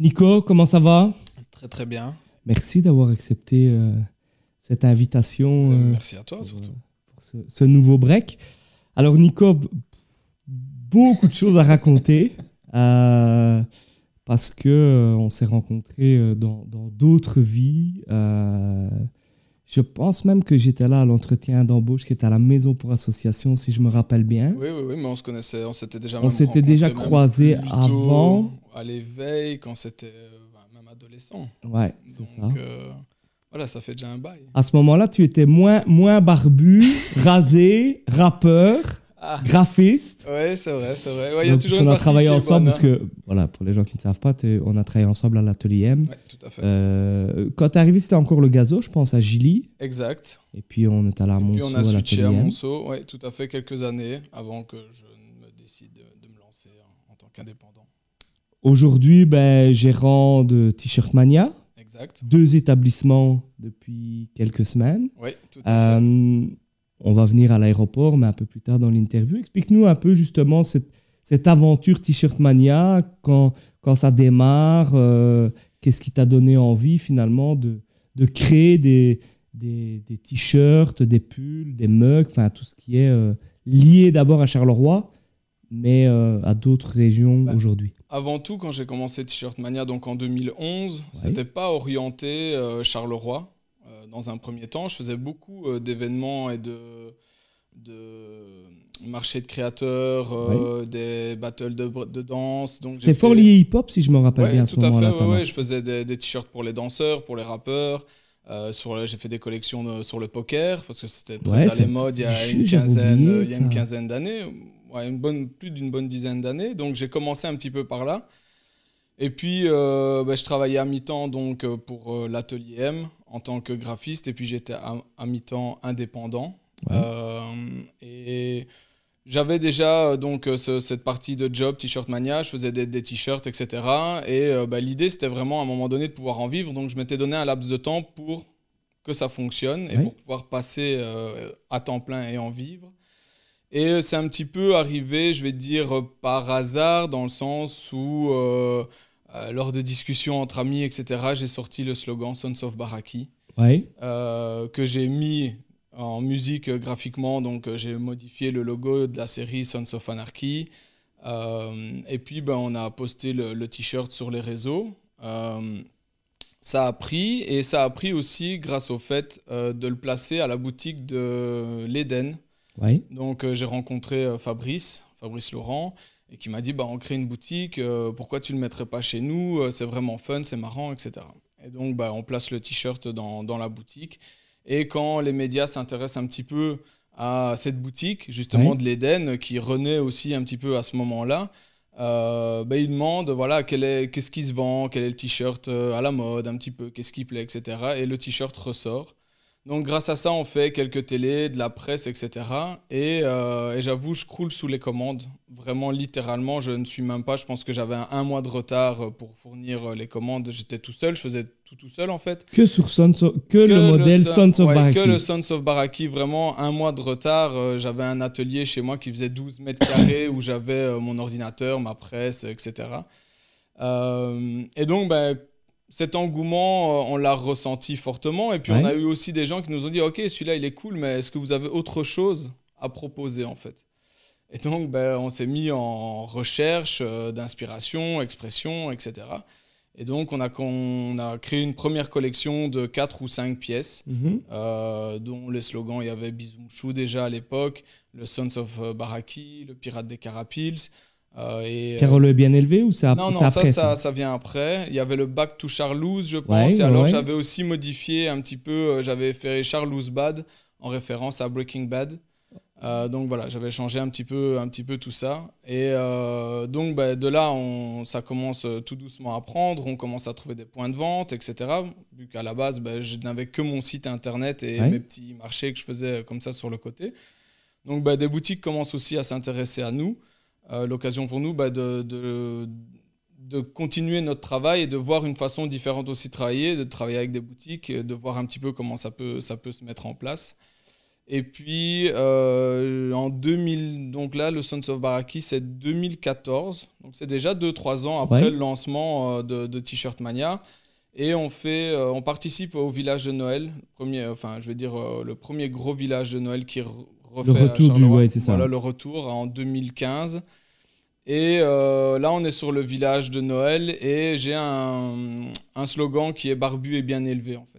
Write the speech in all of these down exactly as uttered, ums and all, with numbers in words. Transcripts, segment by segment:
Nico, comment ça va? Très très bien. Merci d'avoir accepté euh, cette invitation. Euh, euh, merci à toi pour, surtout. pour ce, ce nouveau break. Alors Nico, b- beaucoup de choses à raconter euh, parce que euh, on s'est rencontrés euh, dans dans d'autres vies. Euh, je pense même que j'étais là à l'entretien d'embauche qui était à la Maison pour Association, si je me rappelle bien. Oui, oui, oui, mais on se connaissait, on s'était déjà On même s'était déjà rencontrés même croisés plus tôt avant. à l'éveil, quand c'était euh, bah, même adolescent. Ouais, c'est Donc ça. euh, voilà, ça fait déjà un bail. À ce moment-là, tu étais moins, moins barbu, rasé, rappeur, Ah, graphiste. ouais, c'est vrai, c'est vrai. Ouais, il y a Donc, toujours on une a partie travaillé qui est ensemble, bonne, parce hein. que, voilà, pour les gens qui ne savent pas, t'es- on a travaillé ensemble à l'atelier M. Ouais, tout à fait. Euh, quand tu es arrivé, c'était encore le gazo, je pense, à Gilly. Exact. Et puis, on est allé à Et puis on Monceau a à switché l'atelier à M. Monceau, ouais, tout à fait, quelques années avant que je ne me décide de, de me lancer en, en tant qu'indépendant. Aujourd'hui, ben, gérant de T-Shirt Mania, Exact. deux établissements depuis quelques semaines. Oui, tout à fait. Euh, on va venir à l'aéroport, mais un peu plus tard dans l'interview. Explique-nous un peu justement cette, cette aventure T-Shirt Mania, quand, quand ça démarre, euh, qu'est-ce qui t'a donné envie finalement de, de créer des, des, des T-shirts, des pulls, des mugs, enfin tout ce qui est euh, lié d'abord à Charleroi, mais euh, à d'autres régions Bah, aujourd'hui. Avant tout, quand j'ai commencé T-Shirt Mania, donc en deux mille onze, Ouais. c'était pas orienté euh, Charleroi. Euh, dans un premier temps, je faisais beaucoup euh, d'événements et de, de marchés de créateurs, euh, des battles de, br- de danse. Donc C'était j'ai fort fait... lié hip-hop, si je me rappelle Ouais, bien à ce tout à fait. moment-là. Ouais, ta ouais, marque. je faisais des, des t-shirts pour les danseurs, pour les rappeurs. Euh, sur le- j'ai fait des collections de- sur le poker parce que c'était très Ouais, à c'est- la mode il y a c'est une juste, j'avais quinzaine, oublié euh, il y a une ça. quinzaine d'années, ouais, une bonne, plus d'une bonne dizaine d'années. Donc j'ai commencé un petit peu par là. Et puis euh, bah, je travaillais à mi-temps donc euh, pour euh, l'atelier M en tant que graphiste et puis j'étais à, à mi-temps indépendant. Ouais. Euh, et j'avais déjà euh, donc euh, ce- cette partie de job T-shirt Mania, je faisais des, des t-shirts, et cetera. Et euh, bah, l'idée c'était vraiment à un moment donné de pouvoir en vivre, donc je m'étais donné un laps de temps pour que ça fonctionne et Ouais. pour pouvoir passer euh, à temps plein et en vivre. Et euh, c'est un petit peu arrivé, je vais dire, euh, par hasard, dans le sens où, euh, euh, lors de discussions entre amis, et cetera, j'ai sorti le slogan Sons of Baraki, Ouais. euh, que j'ai mis en musique euh, graphiquement. Donc, euh, j'ai modifié le logo de la série Sons of Anarchy. Euh, et puis, ben, on a posté le, le t-shirt sur les réseaux. Euh, ça a pris, et ça a pris aussi grâce au fait euh, de le placer à la boutique de l'Éden. Ouais. Donc euh, j'ai rencontré euh, Fabrice, Fabrice Laurent, et qui m'a dit bah, on crée une boutique, euh, pourquoi tu ne le mettrais pas chez nous? Euh, C'est vraiment fun, c'est marrant, et cetera. Et donc bah, on place le t-shirt dans, dans la boutique. Et quand les médias s'intéressent un petit peu à cette boutique, justement Ouais. de l'Éden, qui renaît aussi un petit peu à ce moment-là, euh, bah, ils demandent voilà, quel est, qu'est-ce qui se vend, quel est le t-shirt euh, à la mode, un petit peu, qu'est-ce qui plaît, et cetera. Et le t-shirt ressort. Donc grâce à ça, on fait quelques télés, de la presse, et cetera. Et, euh, et j'avoue, je croule sous les commandes. Vraiment, littéralement, je ne suis même pas. Je pense que j'avais un, un mois de retard pour fournir euh, les commandes. J'étais tout seul, je faisais tout tout seul en fait. Que sur Sons of- que, le modèle Son- Sons of ouais, Baraki. que le Sons of Baraki, vraiment un mois de retard. Euh, j'avais un atelier chez moi qui faisait douze mètres carrés où j'avais euh, mon ordinateur, ma presse, et cetera. Euh, et donc, ben, cet engouement, euh, on l'a ressenti fortement. Et puis, on Ouais. a eu aussi des gens qui nous ont dit, OK, celui-là, il est cool, mais est-ce que vous avez autre chose à proposer, en fait? Et donc, ben, on s'est mis en recherche euh, d'inspiration, expression, et cetera. Et donc, on a, on a créé une première collection de quatre ou cinq pièces, Mhm. euh, dont les slogans, il y avait Bizoumchou déjà à l'époque, le Sons of euh, Baraki, le Pirate des Carapils. euh, et, euh, Carole est bien élevé ou c'est ap- non, c'est non, ça, après ça, ça, ça vient après. Il y avait le Back to Charlouse, je Ouais, pense. Et ouais, alors, ouais. j'avais aussi modifié un petit peu, euh, j'avais fait Charlouse Bad en référence à Breaking Bad. Euh, donc voilà, j'avais changé un petit peu, un petit peu tout ça. Et euh, donc bah, de là, on, ça commence euh, tout doucement à prendre. On commence à trouver des points de vente, et cetera. Vu qu'à la base, bah, je n'avais que mon site internet et Ouais. mes petits marchés que je faisais comme ça sur le côté. Donc bah, des boutiques commencent aussi à s'intéresser à nous. Euh, l'occasion pour nous bah, de, de, de continuer notre travail et de voir une façon différente aussi de travailler, de travailler avec des boutiques, de voir un petit peu comment ça peut, ça peut se mettre en place. Et puis, euh, en deux mille, donc là, le Sons of Baraki, c'est deux mille quatorze. Donc, c'est déjà deux trois ans après Ouais. le lancement euh, de, de T-Shirt Mania. Et on, fait, euh, on participe au village de Noël. Premier, enfin, je vais dire euh, le premier gros village de Noël qui re- refait Le à retour du... Charleroi. Ouais, c'est ça. Voilà, le retour en deux mille quinze. Et euh, là, on est sur le village de Noël et j'ai un, un slogan qui est barbu et bien élevé, en fait.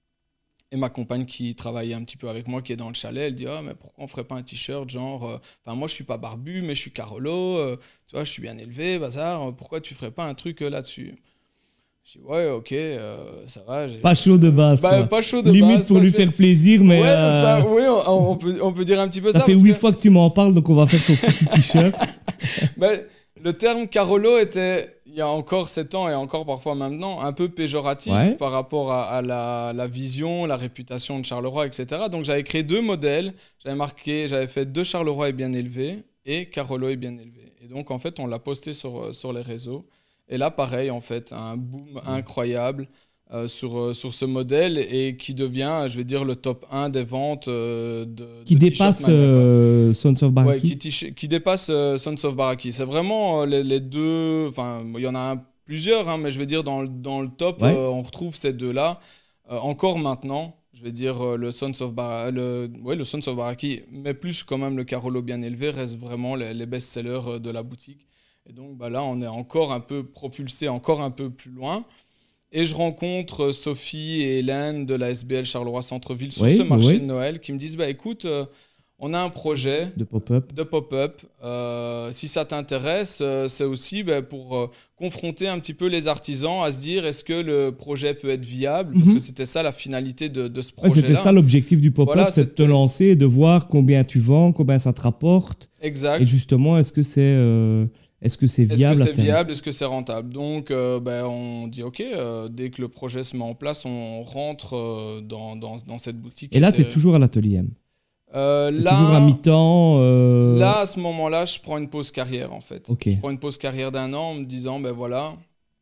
Et ma compagne qui travaille un petit peu avec moi, qui est dans le chalet, elle dit « Ah, mais pourquoi on ferait pas un t-shirt genre... euh, Enfin, moi, je suis pas barbu, mais je suis Carolo, euh, tu vois, je suis bien élevé, bazar, euh, pourquoi tu ferais pas un truc euh, là-dessus ?» Je dis « Ouais, ok, euh, ça va. » j'ai- Pas chaud de base, Bah, quoi. pas chaud de Limite base. pour parce lui que- faire plaisir, mais Ouais, euh, enfin, oui, on, on peut, on peut dire un petit peu ça. ça fait parce huit que- fois que tu m'en parles, donc on va faire ton petit t-shirt. Bah, le terme Carolo était, il y a encore sept ans et encore parfois maintenant, un peu péjoratif Ouais. par rapport à, à la, la vision, la réputation de Charleroi, et cetera. Donc j'avais créé deux modèles. J'avais marqué, j'avais fait deux Charleroi est bien élevé et Carolo est bien élevé. Et donc en fait, on l'a posté sur, sur les réseaux. Et là, pareil, en fait, un boom incroyable euh, sur, euh, sur ce modèle et qui devient, je vais dire, le top un des ventes euh, de Qui de dépasse t-shirts Mania, quoi. euh, Sons of Ouais, Baraki. qui, tiche- qui dépasse euh, Sons of Baraki. C'est vraiment euh, les, les deux. Enfin, il y en a un- plusieurs, hein, mais je vais dire dans le, dans le top, Ouais. euh, on retrouve ces deux-là. Euh, encore maintenant, je vais dire euh, le Sons of Bar- le, ouais, le Sons of Baraki, mais plus quand même le Carolo bien élevé, reste vraiment les, les best-sellers euh, de la boutique. Et donc bah, là, on est encore un peu propulsé, encore un peu plus loin. Et je rencontre euh, Sophie et Hélène de la S B L Charleroi Centre-Ville sur Oui, ce marché oui. de Noël qui me disent bah, écoute, euh, on a un projet De pop-up. de pop-up. Euh, si ça t'intéresse, euh, c'est aussi ben, pour euh, confronter un petit peu les artisans à se dire est-ce que le projet peut être viable, parce Mhm. que c'était ça la finalité de, de ce Ouais, projet-là. c'était ça l'objectif du pop-up, Voilà, c'est de te c'était- lancer et de voir combien tu vends, combien ça te rapporte. Exact. Et justement, est-ce que c'est euh, est-ce que c'est Est-ce que viable à c'est terme? viable, est-ce que c'est rentable? Donc, euh, ben, on dit ok, euh, dès que le projet se met en place, on rentre euh, dans, dans, dans cette boutique. Et là, qui tu es était- toujours à l'atelier. M. Euh, T'es là, toujours à mi-temps. euh, Là, à ce moment-là, je prends une pause carrière, en fait. Ok. Je prends une pause carrière d'un an en me disant, ben voilà,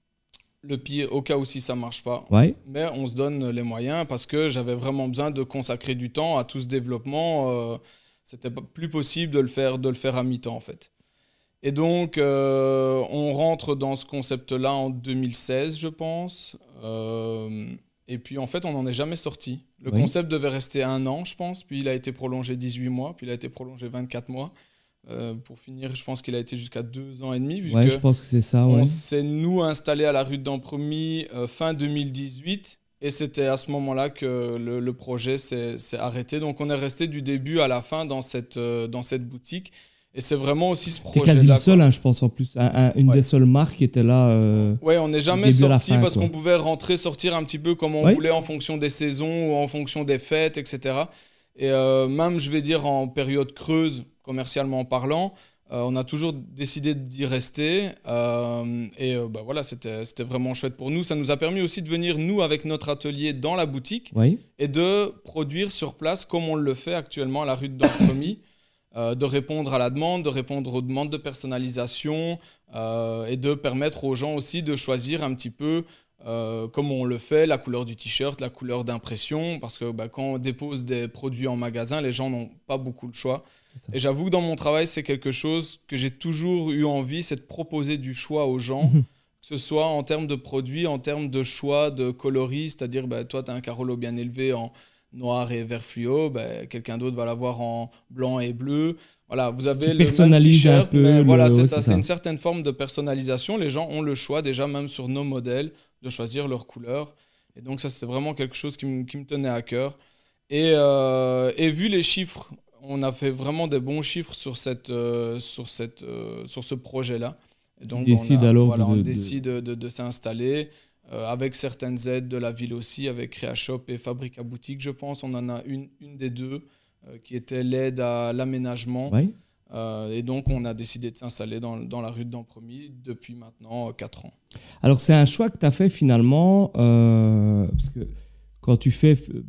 le pire, au cas où si ça marche pas, Ouais. mais on se donne les moyens parce que j'avais vraiment besoin de consacrer du temps à tout ce développement. Euh, c'était pas plus possible de le faire, de le faire à mi-temps, en fait. Et donc, euh, on rentre dans ce concept-là en deux mille seize, je pense. Euh, et puis, en fait, on n'en est jamais sorti. Le Oui. concept devait rester un an, je pense. Puis, il a été prolongé dix-huit mois. Puis, il a été prolongé vingt-quatre mois. Euh, pour finir, je pense qu'il a été jusqu'à deux ans et demi. Vu Ouais, que je pense que c'est ça. Ouais. on s'est, nous, installés à la rue de Dampremy euh, fin deux mille dix-huit. Et c'était à ce moment-là que le, le projet s'est, s'est arrêté. Donc, on est resté du début à la fin dans cette, euh, dans cette boutique. Et c'est vraiment aussi ce T'es projet-là. quasi le quoi. seul, hein, je pense, en plus. Un- un- une Ouais. des seules marques qui était là. euh, Ouais, on n'est jamais début à la sorti fin, parce quoi. qu'on pouvait rentrer, sortir un petit peu comme on Ouais. voulait en fonction des saisons ou en fonction des fêtes, et cetera. Et euh, même, je vais dire, en période creuse, commercialement parlant, euh, on a toujours décidé d'y rester. Euh, et euh, bah, voilà, c'était, c'était vraiment chouette pour nous. Ça nous a permis aussi de venir, nous, avec notre atelier dans la boutique Oui. et de produire sur place comme on le fait actuellement à la rue de Dampremy. Euh, de répondre à la demande, de répondre aux demandes de personnalisation euh, et de permettre aux gens aussi de choisir un petit peu, euh, comme on le fait, la couleur du t-shirt, la couleur d'impression, parce que bah, quand on dépose des produits en magasin, les gens n'ont pas beaucoup le choix. C'est ça. Et j'avoue que dans mon travail, c'est quelque chose que j'ai toujours eu envie, c'est de proposer du choix aux gens, Mhm. que ce soit en termes de produits, en termes de choix de coloris, c'est-à-dire bah, toi, tu as un Carolo bien élevé en noir et vert fluo, ben, quelqu'un d'autre va l'avoir en blanc et bleu. Voilà, vous avez Tu le même personnalises un t-shirt, peu mais le- voilà, c'est ouais, ça, c'est c'est ça. une certaine forme de personnalisation. Les gens ont le choix déjà, même sur nos modèles, de choisir leur couleur. Et donc ça, c'était vraiment quelque chose qui me qui me tenait à cœur. Et, euh, et vu les chiffres, on a fait vraiment des bons chiffres sur, cette, euh, sur, cette, euh, sur ce projet-là. Et donc, décides on, a- alors voilà, de- on de- décide de, de- de s'installer. Euh, avec certaines aides de la ville aussi, avec Créashop et Fabrique à boutique, je pense. On en a une, une des deux euh, qui était l'aide à l'aménagement. Ouais. Euh, et donc, on a décidé de s'installer dans, dans la rue de Dampremy depuis maintenant euh, quatre ans. Alors, c'est un choix que tu as fait finalement, euh, parce que quand tu fais euh,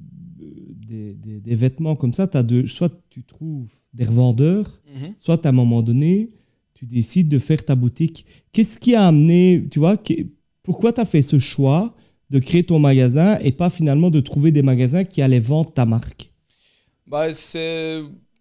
des, des- des vêtements comme ça, t'as deux, soit tu trouves des revendeurs, Mhm. soit à un moment donné, tu décides de faire ta boutique. Qu'est-ce qui a amené, tu vois, qui- pourquoi tu as fait ce choix de créer ton magasin et pas finalement de trouver des magasins qui allaient vendre ta marque? Bah, c'est...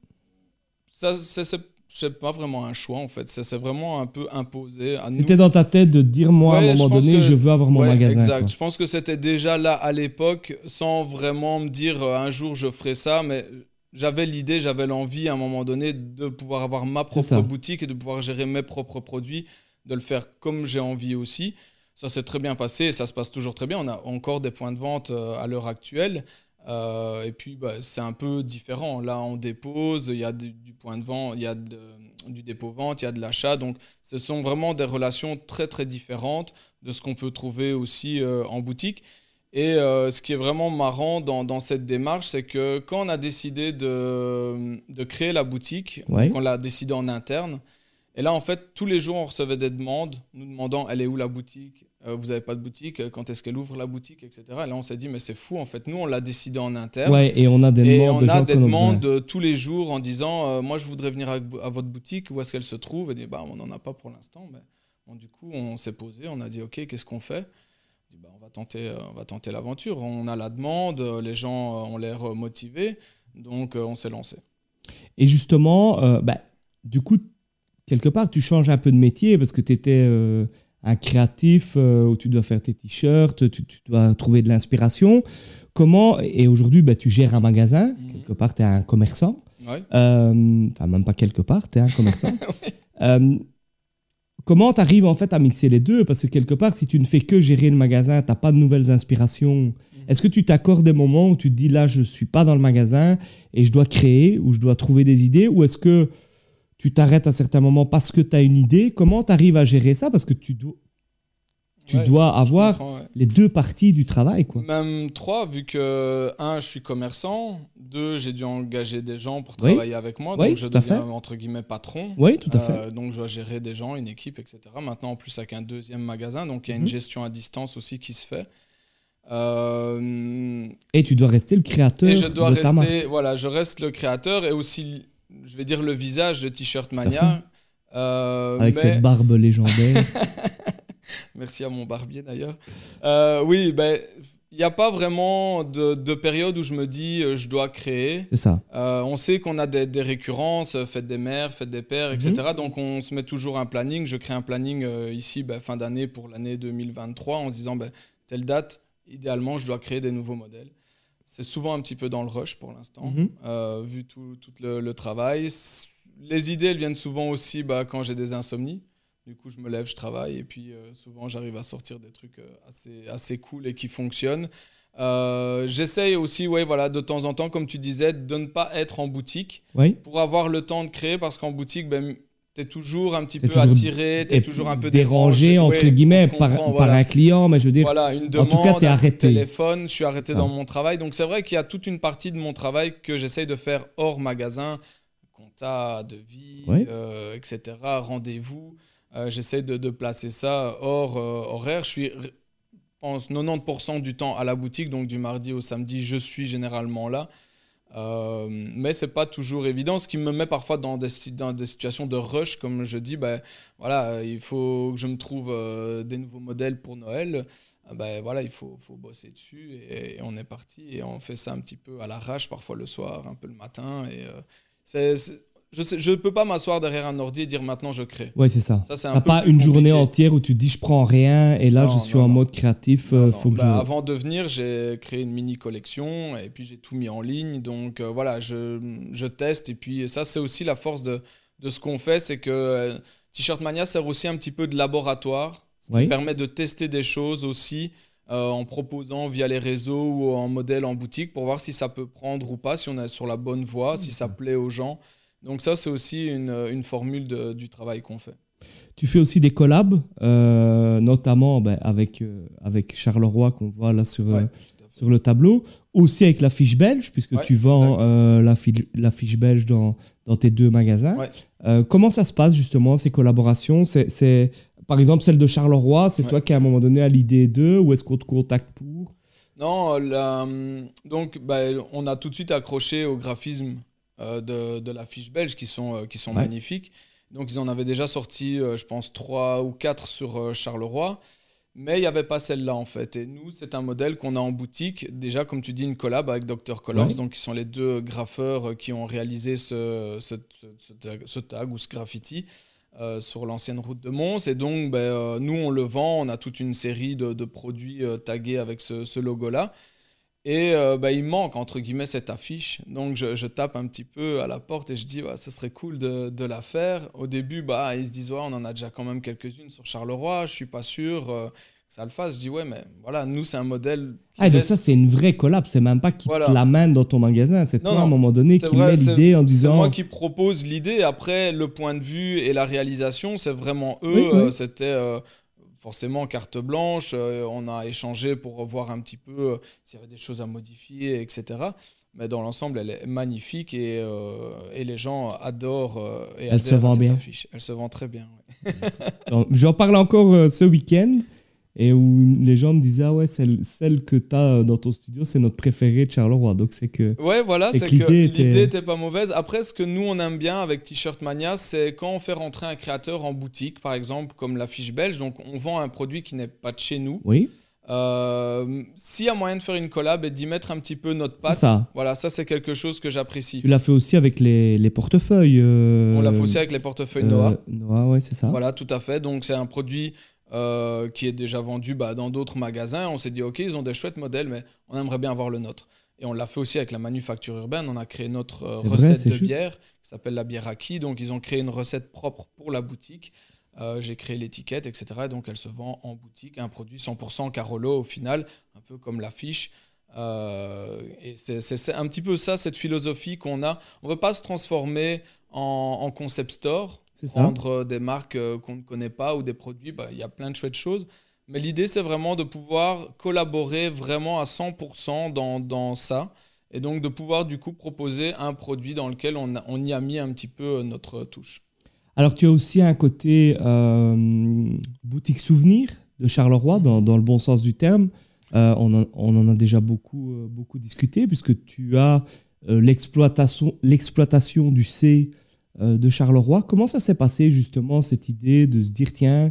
Ça, c'est, c'est, c'est pas vraiment un choix, en fait. Ça, c'est vraiment un peu imposé à nous. C'était dans ta tête de dire, moi, Ouais, à un moment donné, que... je veux avoir mon ouais, magasin. Exact. Quoi. Je pense que c'était déjà là à l'époque, sans vraiment me dire euh, un jour je ferai ça, mais j'avais l'idée, j'avais l'envie à un moment donné de pouvoir avoir ma propre boutique et de pouvoir gérer mes propres produits, de le faire comme j'ai envie aussi. Ça s'est très bien passé et ça se passe toujours très bien. On a encore des points de vente euh, à l'heure actuelle. Euh, et puis, bah, c'est un peu différent. Là, on dépose, il y a du, du point de vente, il y a de, du dépôt-vente, il y a de l'achat. Donc, ce sont vraiment des relations très, très différentes de ce qu'on peut trouver aussi euh, en boutique. Et euh, ce qui est vraiment marrant dans, dans cette démarche, c'est que quand on a décidé de, de créer la boutique, ouais. donc on l'a décidé en interne, et là, en fait, tous les jours, on recevait des demandes nous demandant « Elle est où la boutique euh, Vous n'avez pas de boutique Quand est-ce qu'elle ouvre la boutique ?» et cetera. Et là, on s'est dit « Mais c'est fou, en fait. Nous, on l'a décidé en interne. » Ouais, et on a des demandes de gens Et on a des demandes euh, tous les jours en disant euh, « Moi, je voudrais venir à, à votre boutique. Où est-ce qu'elle se trouve ?» Et dit, bah, on n'en a pas pour l'instant. Mais bon, du coup, on s'est posé. On a dit « Ok, qu'est-ce qu'on fait ?» On dit, bah, on va tenter, euh, on va tenter l'aventure. On a la demande. Les gens euh, ont l'air motivés. Donc, euh, on s'est lancé. Et justement, euh, bah, du coup, quelque part, tu changes un peu de métier parce que tu étais euh, un créatif euh, où tu dois faire tes t-shirts, tu, tu dois trouver de l'inspiration. Comment, et aujourd'hui, bah, tu gères un magasin, mmh. quelque part, tu es un commerçant. Ouais. Euh, enfin, même pas quelque part, tu es un commerçant. ouais. euh, comment tu arrives en fait à mixer les deux? Parce que quelque part, si tu ne fais que gérer le magasin, tu n'as pas de nouvelles inspirations. Mmh. Est-ce que tu t'accordes des moments où tu te dis, là, je ne suis pas dans le magasin et je dois créer ou je dois trouver des idées? Ou est-ce que tu t'arrêtes à certains moments parce que tu as une idée? Comment tu arrives à gérer ça? Parce que tu dois, tu ouais, dois avoir ouais. les deux parties du travail, quoi. Même trois, vu que, un, je suis commerçant, deux, j'ai dû engager des gens pour travailler oui. avec moi, donc oui, je deviens, entre guillemets, patron. Oui, tout à fait. Euh, donc je dois gérer des gens, une équipe, et cetera. Maintenant, en plus, avec un deuxième magasin, donc il y a une mmh. gestion à distance aussi qui se fait. Euh... Et tu dois rester le créateur et je dois de rester, ta marque. Voilà, je reste le créateur et aussi... je vais dire le visage de T-shirt Mania. Euh, Avec mais... cette barbe légendaire. Merci à mon barbier d'ailleurs. Euh, oui, ben, il n'y a pas vraiment de, de période où je me dis euh, je dois créer. C'est ça. Euh, on sait qu'on a des, des récurrences, fête des mères, fête des pères, et cetera. Mm-hmm. Donc on se met toujours un planning. Je crée un planning euh, ici, ben, fin d'année pour l'année deux mille vingt-trois, en se disant ben, telle date, idéalement, je dois créer des nouveaux modèles. C'est souvent un petit peu dans le rush pour l'instant, mmh. euh, vu tout, tout le, le travail. Les idées, elles viennent souvent aussi bah, quand j'ai des insomnies. Du coup, je me lève, je travaille, et puis euh, souvent, j'arrive à sortir des trucs euh, assez, assez cool et qui fonctionnent. Euh, j'essaye aussi, ouais, voilà, de temps en temps, comme tu disais, de ne pas être en boutique oui. pour avoir le temps de créer, parce qu'en boutique, ben, tu es toujours un petit peu attiré, tu es toujours un peu dérangé, dérangé entre ouais, guillemets, par, comprend, par voilà. un client, mais je veux dire, voilà, une demande, en tout cas, tu es arrêté. Un téléphone, je suis arrêté dans mon travail. Donc, c'est vrai qu'il y a toute une partie de mon travail que j'essaye de faire hors magasin, compta, devis, oui. euh, et cetera, rendez-vous. Euh, j'essaye de, de placer ça hors euh, horaire. Je suis, je pense, quatre-vingt-dix pour cent du temps à la boutique, donc du mardi au samedi, je suis généralement là. Euh, mais c'est pas toujours évident, ce qui me met parfois dans des, dans des situations de rush, comme je dis, ben, voilà, il faut que je me trouve euh, des nouveaux modèles pour Noël, ben, voilà, il faut, faut bosser dessus et, et on est parti et on fait ça un petit peu à l'arrache, parfois le soir, un peu le matin. Et, euh, c'est, c'est, je ne peux pas m'asseoir derrière un ordi et dire maintenant je crée. Oui, c'est ça. ça c'est T'as pas une compliqué. journée entière où tu te dis je prends rien et là non, je suis non, en non. mode créatif. Non, euh, non. Faut que bah, je... Avant de venir, j'ai créé une mini collection et puis j'ai tout mis en ligne. Donc euh, voilà, je, je teste. Et puis ça, c'est aussi la force de, de ce qu'on fait. C'est que euh, T-shirt Mania sert aussi un petit peu de laboratoire. Ce qui oui. permet de tester des choses aussi euh, en proposant via les réseaux ou en modèle en boutique pour voir si ça peut prendre ou pas, si on est sur la bonne voie, mmh. si ça plaît aux gens. Donc ça, c'est aussi une, une formule de, du travail qu'on fait. Tu fais aussi des collabs, euh, notamment ben, avec, euh, avec Charleroi qu'on voit là sur, ouais, euh, sur le tableau, aussi avec la fiche belge, puisque ouais, tu vends euh, la, fi- la fiche belge dans, dans tes deux magasins. Ouais. Euh, comment ça se passe justement, ces collaborations? c'est, c'est, Par exemple, celle de Charleroi, c'est ouais. toi qui à un moment donné a l'idée d'eux, ou est-ce qu'on te contacte pour? Non, la, donc bah, on a tout de suite accroché au graphisme De, de la fiche belge qui sont, euh, qui sont ouais. magnifiques. Donc ils en avaient déjà sorti, euh, je pense, trois ou quatre sur euh, Charleroi. Mais il n'y avait pas celle-là en fait. Et nous, c'est un modèle qu'on a en boutique. Déjà, comme tu dis, une collab avec docteur Colors, Ouais. donc qui sont les deux graffeurs qui ont réalisé ce, ce, ce, ce tag, ce tag ou ce graffiti euh, sur l'ancienne route de Mons. Et donc, ben, euh, nous, on le vend. On a toute une série de, de produits euh, tagués avec ce, ce logo-là. Et euh, bah, il manque, entre guillemets, cette affiche. Donc, je, je tape un petit peu à la porte et je dis, ouais, ce serait cool de, de la faire. Au début, bah, ils se disent, ouais, on en a déjà quand même quelques-unes sur Charleroi, je suis pas sûr euh, que ça le fasse. Je dis, ouais, mais voilà, nous, c'est un modèle qui Ah, donc reste... ça, c'est une vraie collab. C'est même pas qu'ils te Voilà. l'amènent dans ton magasin. C'est Non, toi, à un non, moment donné, c'est qui vrai, met c'est- l'idée en C'est disant... moi qui propose l'idée. Après, le point de vue et la réalisation, c'est vraiment eux. Oui, oui. Euh, c'était euh, forcément carte blanche. Euh, on a échangé pour voir un petit peu euh, s'il y avait des choses à modifier, et cetera. Mais dans l'ensemble, elle est magnifique et, euh, et les gens adorent euh, et Elle se adhèrent à vend cette bien. affiche. Elle se vend très bien. Ouais. Donc, j'en parle encore euh, ce week-end et où les gens me disaient, ah ouais, celle, celle que tu as dans ton studio, c'est notre préférée de Charleroi. Donc, c'est que... Ouais, voilà, C'est c'est que que l'idée était- l'idée était pas mauvaise. Après, ce que nous, on aime bien avec T-Shirt Mania, c'est quand on fait rentrer un créateur en boutique, par exemple, comme l'affiche belge. Donc, on vend un produit qui n'est pas de chez nous. Oui, Euh, S'il y a moyen de faire une collab et d'y mettre un petit peu notre c'est patte, ça. voilà, ça, c'est quelque chose que j'apprécie. Tu l'as fait aussi avec les, les portefeuilles. euh, On l'a fait aussi avec les portefeuilles euh, Noah. Noah, ouais, c'est ça. Voilà, tout à fait. Donc, c'est un produit euh, qui est déjà vendu bah, dans d'autres magasins. On s'est dit, OK, ils ont des chouettes modèles, mais on aimerait bien avoir le nôtre. Et on l'a fait aussi avec la manufacture urbaine. On a créé notre euh, C'est vrai, recette c'est de juste. bière qui s'appelle la bière Aki. Donc, ils ont créé une recette propre pour la boutique. Euh, j'ai créé l'étiquette, et cetera. Et donc, elle se vend en boutique. Un produit cent pour cent Carolo au final, un peu comme l'affiche. Euh, et c'est c'est- c'est un petit peu ça, cette philosophie qu'on a. On ne veut pas se transformer en, en concept store, C'est ça. prendre euh, des marques euh, qu'on ne connaît pas ou des produits. Bah, il y a plein de chouettes choses. Mais l'idée, c'est vraiment de pouvoir collaborer vraiment à cent pour cent dans, dans ça. Et donc, de pouvoir du coup proposer un produit dans lequel on, a- on y a mis un petit peu euh, notre touche. Alors, tu as aussi un côté euh, boutique souvenir de Charleroi, dans, dans le bon sens du terme. Euh, on, en, on en a déjà beaucoup, euh, beaucoup discuté, puisque tu as euh, l'exploitation, l'exploitation du C euh, de Charleroi. Comment ça s'est passé, justement, cette idée de se dire, tiens,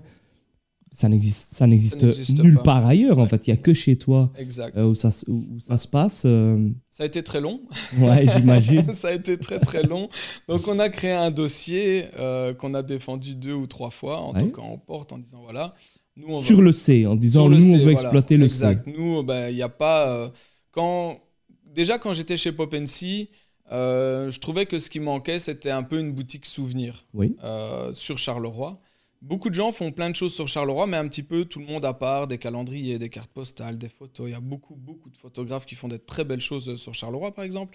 ça n'existe, ça n'existe n'existe nulle pas. part ailleurs, en Ouais. fait. Il n'y a que chez toi Exact. euh, où, ça, se- où, où ça se passe. euh. Ça a été très long. Ouais, j'imagine. Ça a été très très long. Donc on a créé un dossier euh, qu'on a défendu deux ou trois fois en Ouais. toquant en porte en disant voilà, nous on Sur veut... le C, en disant, Sur le nous, on C, veut voilà. exploiter le Exact. C. Nous, ben, il n'y a pas... euh, quand... Déjà quand j'étais chez Pop and See, euh, je trouvais que ce qui manquait c'était un peu une boutique souvenir Oui. euh, sur Charleroi. Beaucoup de gens font plein de choses sur Charleroi, mais un petit peu tout le monde à part, des calendriers, des cartes postales, des photos. Il y a beaucoup, beaucoup de photographes qui font des très belles choses sur Charleroi, par exemple.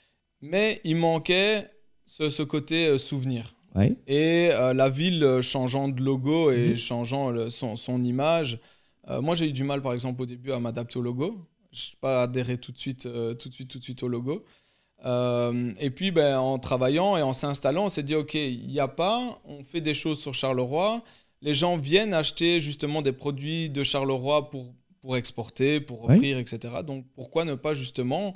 Mais il manquait ce, ce côté euh, souvenir. Ouais. Et euh, la ville euh, changeant de logo et Mhm. changeant le- son, son image. Euh, moi, j'ai eu du mal, par exemple, au début à m'adapter au logo. Je n'ai pas adhéré tout de suite, euh, tout de suite, tout de suite au logo. Euh, et puis, ben, en travaillant et en s'installant, on s'est dit, OK, il n'y a pas, on fait des choses sur Charleroi. Les gens viennent acheter justement des produits de Charleroi pour, pour exporter, pour Ouais. offrir, et cetera. Donc, pourquoi ne pas justement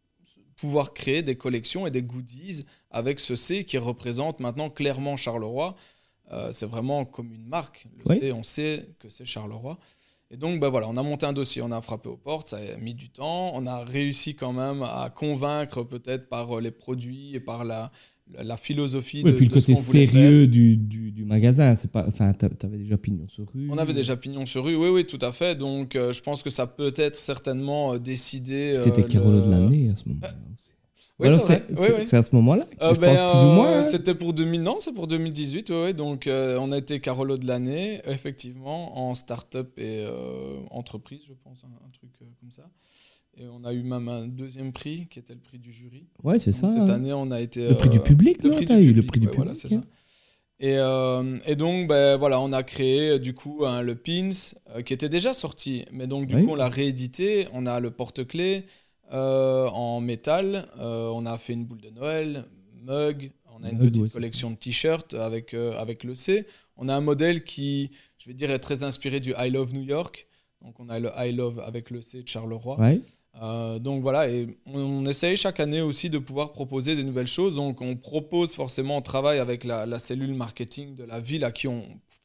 pouvoir créer des collections et des goodies avec ce C qui représente maintenant clairement Charleroi. Euh, c'est vraiment comme une marque. Le Oui. C, on sait que c'est Charleroi. Et donc, ben voilà, on a monté un dossier, on a frappé aux portes, ça a mis du temps. On a réussi quand même à convaincre peut-être par euh, les produits et par la, la, la philosophie Oui, de, puis le de ce côté qu'on voulait faire. sérieux du, du, du magasin, c'est pas, enfin, t'a- t'avais déjà pignon sur rue. On avait déjà pignon sur rue, oui, oui, tout à fait. Donc, euh, je pense que ça peut être certainement euh, décidé. Puis t'étais euh, Carolo le- de l'année à ce moment-là aussi. Oui, Alors, c'est vrai. c'est Oui, c'est- oui. c'est à ce moment-là que Euh, je ben, pense plus ou euh, moins. C'était pour deux mille, non, c'est pour deux mille dix-huit, ouais, ouais. Donc euh, on a été Carolo de l'année, effectivement, en start-up et euh, entreprise, je pense, un, un truc euh, comme ça. Et on a eu même un deuxième prix, qui était le prix du jury. Ouais, c'est Donc, ça. cette hein. année, on a été... Le prix du euh, public, le non prix T'as du eu le public, prix du ouais, public. voilà, c'est hein. ça. Et, euh, et donc, ben, voilà, on a créé euh, du coup hein, le Pins, euh, qui était déjà sorti, mais donc du Oui. coup on l'a réédité. On a le porte-clés euh, en métal, euh, on a fait une boule de Noël, mug, on a une Mug, petite ouais, c'est collection de t-shirts avec, euh, avec le C. On a un modèle qui, je vais dire, est très inspiré du I Love New York. Donc on a le I Love avec le C de Charleroi. Ouais. Euh, donc voilà, et on, on essaye chaque année aussi de pouvoir proposer des nouvelles choses. Donc on propose forcément, on travaille avec la, la cellule marketing de la ville à qui on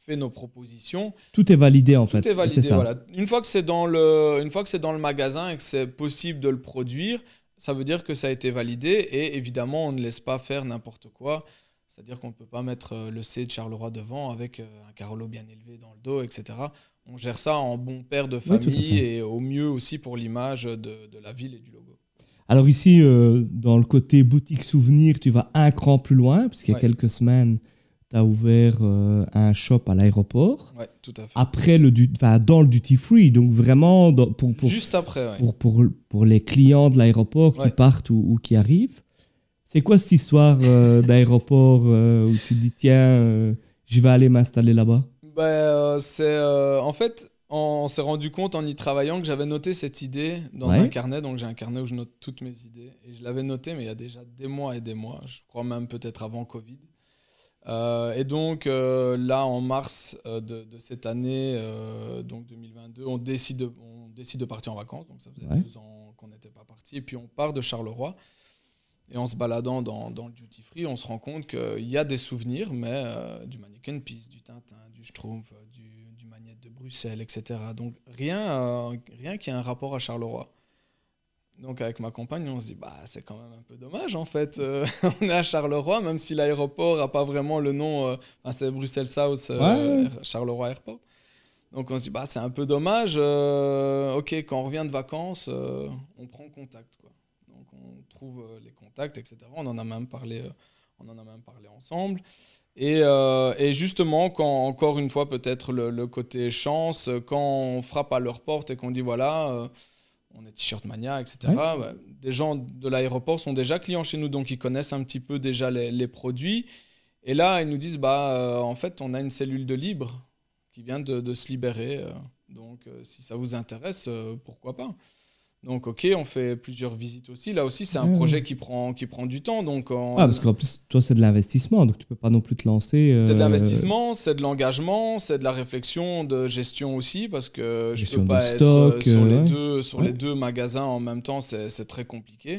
fait nos propositions. Tout est validé en Tout fait. Tout est validé, c'est ça. voilà. Une fois que c'est dans le, une fois que c'est dans le magasin et que c'est possible de le produire, ça veut dire que ça a été validé et évidemment, on ne laisse pas faire n'importe quoi. C'est-à-dire qu'on ne peut pas mettre le C de Charleroi devant avec un Carolo bien élevé dans le dos, et cetera. On gère ça en bon père de famille oui, et au mieux aussi pour l'image de, de la ville et du logo. Alors ici, euh, dans le côté boutique souvenir, tu vas un cran plus loin, parce qu'il y a ouais. quelques semaines, tu as ouvert euh, un shop à l'aéroport. Oui, tout à fait. Après, le, dans le duty free, donc vraiment dans, pour, pour, Juste après, ouais. pour, pour, pour les clients de l'aéroport ouais. qui partent ou, ou qui arrivent. C'est quoi cette histoire euh, d'aéroport euh, où tu te dis, tiens, euh, je vais aller m'installer là-bas? Ben, euh, c'est, euh, en fait, on s'est rendu compte en y travaillant que j'avais noté cette idée dans ouais. un carnet. Donc, j'ai un carnet où je note toutes mes idées. Et je l'avais noté, mais il y a déjà des mois et des mois. Je crois même peut-être avant Covid. Euh, et donc, euh, là, en mars euh, de, de cette année, euh, donc deux mille vingt-deux, on décide, de, on décide de partir en vacances. Donc, ça faisait ouais. deux ans qu'on n'était pas parti. Et puis, on part de Charleroi. Et en se baladant dans, dans le duty free, on se rend compte qu'il y a des souvenirs, mais euh, du Mannequin Peace, du Tintin, du Schtroumpf, du, du Magnette de Bruxelles, et cetera. Donc rien, euh, rien qui a un rapport à Charleroi. Donc avec ma compagne, on se dit, bah, c'est quand même un peu dommage en fait. Euh, on est à Charleroi, même si l'aéroport n'a pas vraiment le nom, euh, enfin, c'est Bruxelles South, euh, ouais. Charleroi Airport. Donc on se dit, bah, c'est un peu dommage. Euh, ok, quand on revient de vacances, euh, on prend contact, quoi. On trouve euh, les contacts, et cetera. On en a même parlé, euh, on en a même parlé ensemble. Et, euh, et justement, quand encore une fois, peut-être le, le côté chance, quand on frappe à leur porte et qu'on dit voilà, euh, on est T-shirt Mania, et cetera. Ouais. Bah, des gens de l'aéroport sont déjà clients chez nous, donc ils connaissent un petit peu déjà les, les produits. Et là, ils nous disent bah, euh, en fait, on a une cellule de libre qui vient de, de se libérer. Euh, donc, euh, si ça vous intéresse, euh, pourquoi pas. Donc, ok, on fait plusieurs visites aussi. Là aussi, c'est un mmh. projet qui prend, qui prend du temps. Donc, on... ah, parce qu'en plus, toi, c'est de l'investissement, donc tu peux pas non plus te lancer. Euh... C'est de l'investissement, c'est de l'engagement, c'est de la réflexion, de gestion aussi, parce que gestion je peux pas stock, être sur, euh, les, ouais. deux, sur ouais. les deux magasins en même temps, c'est, c'est très compliqué.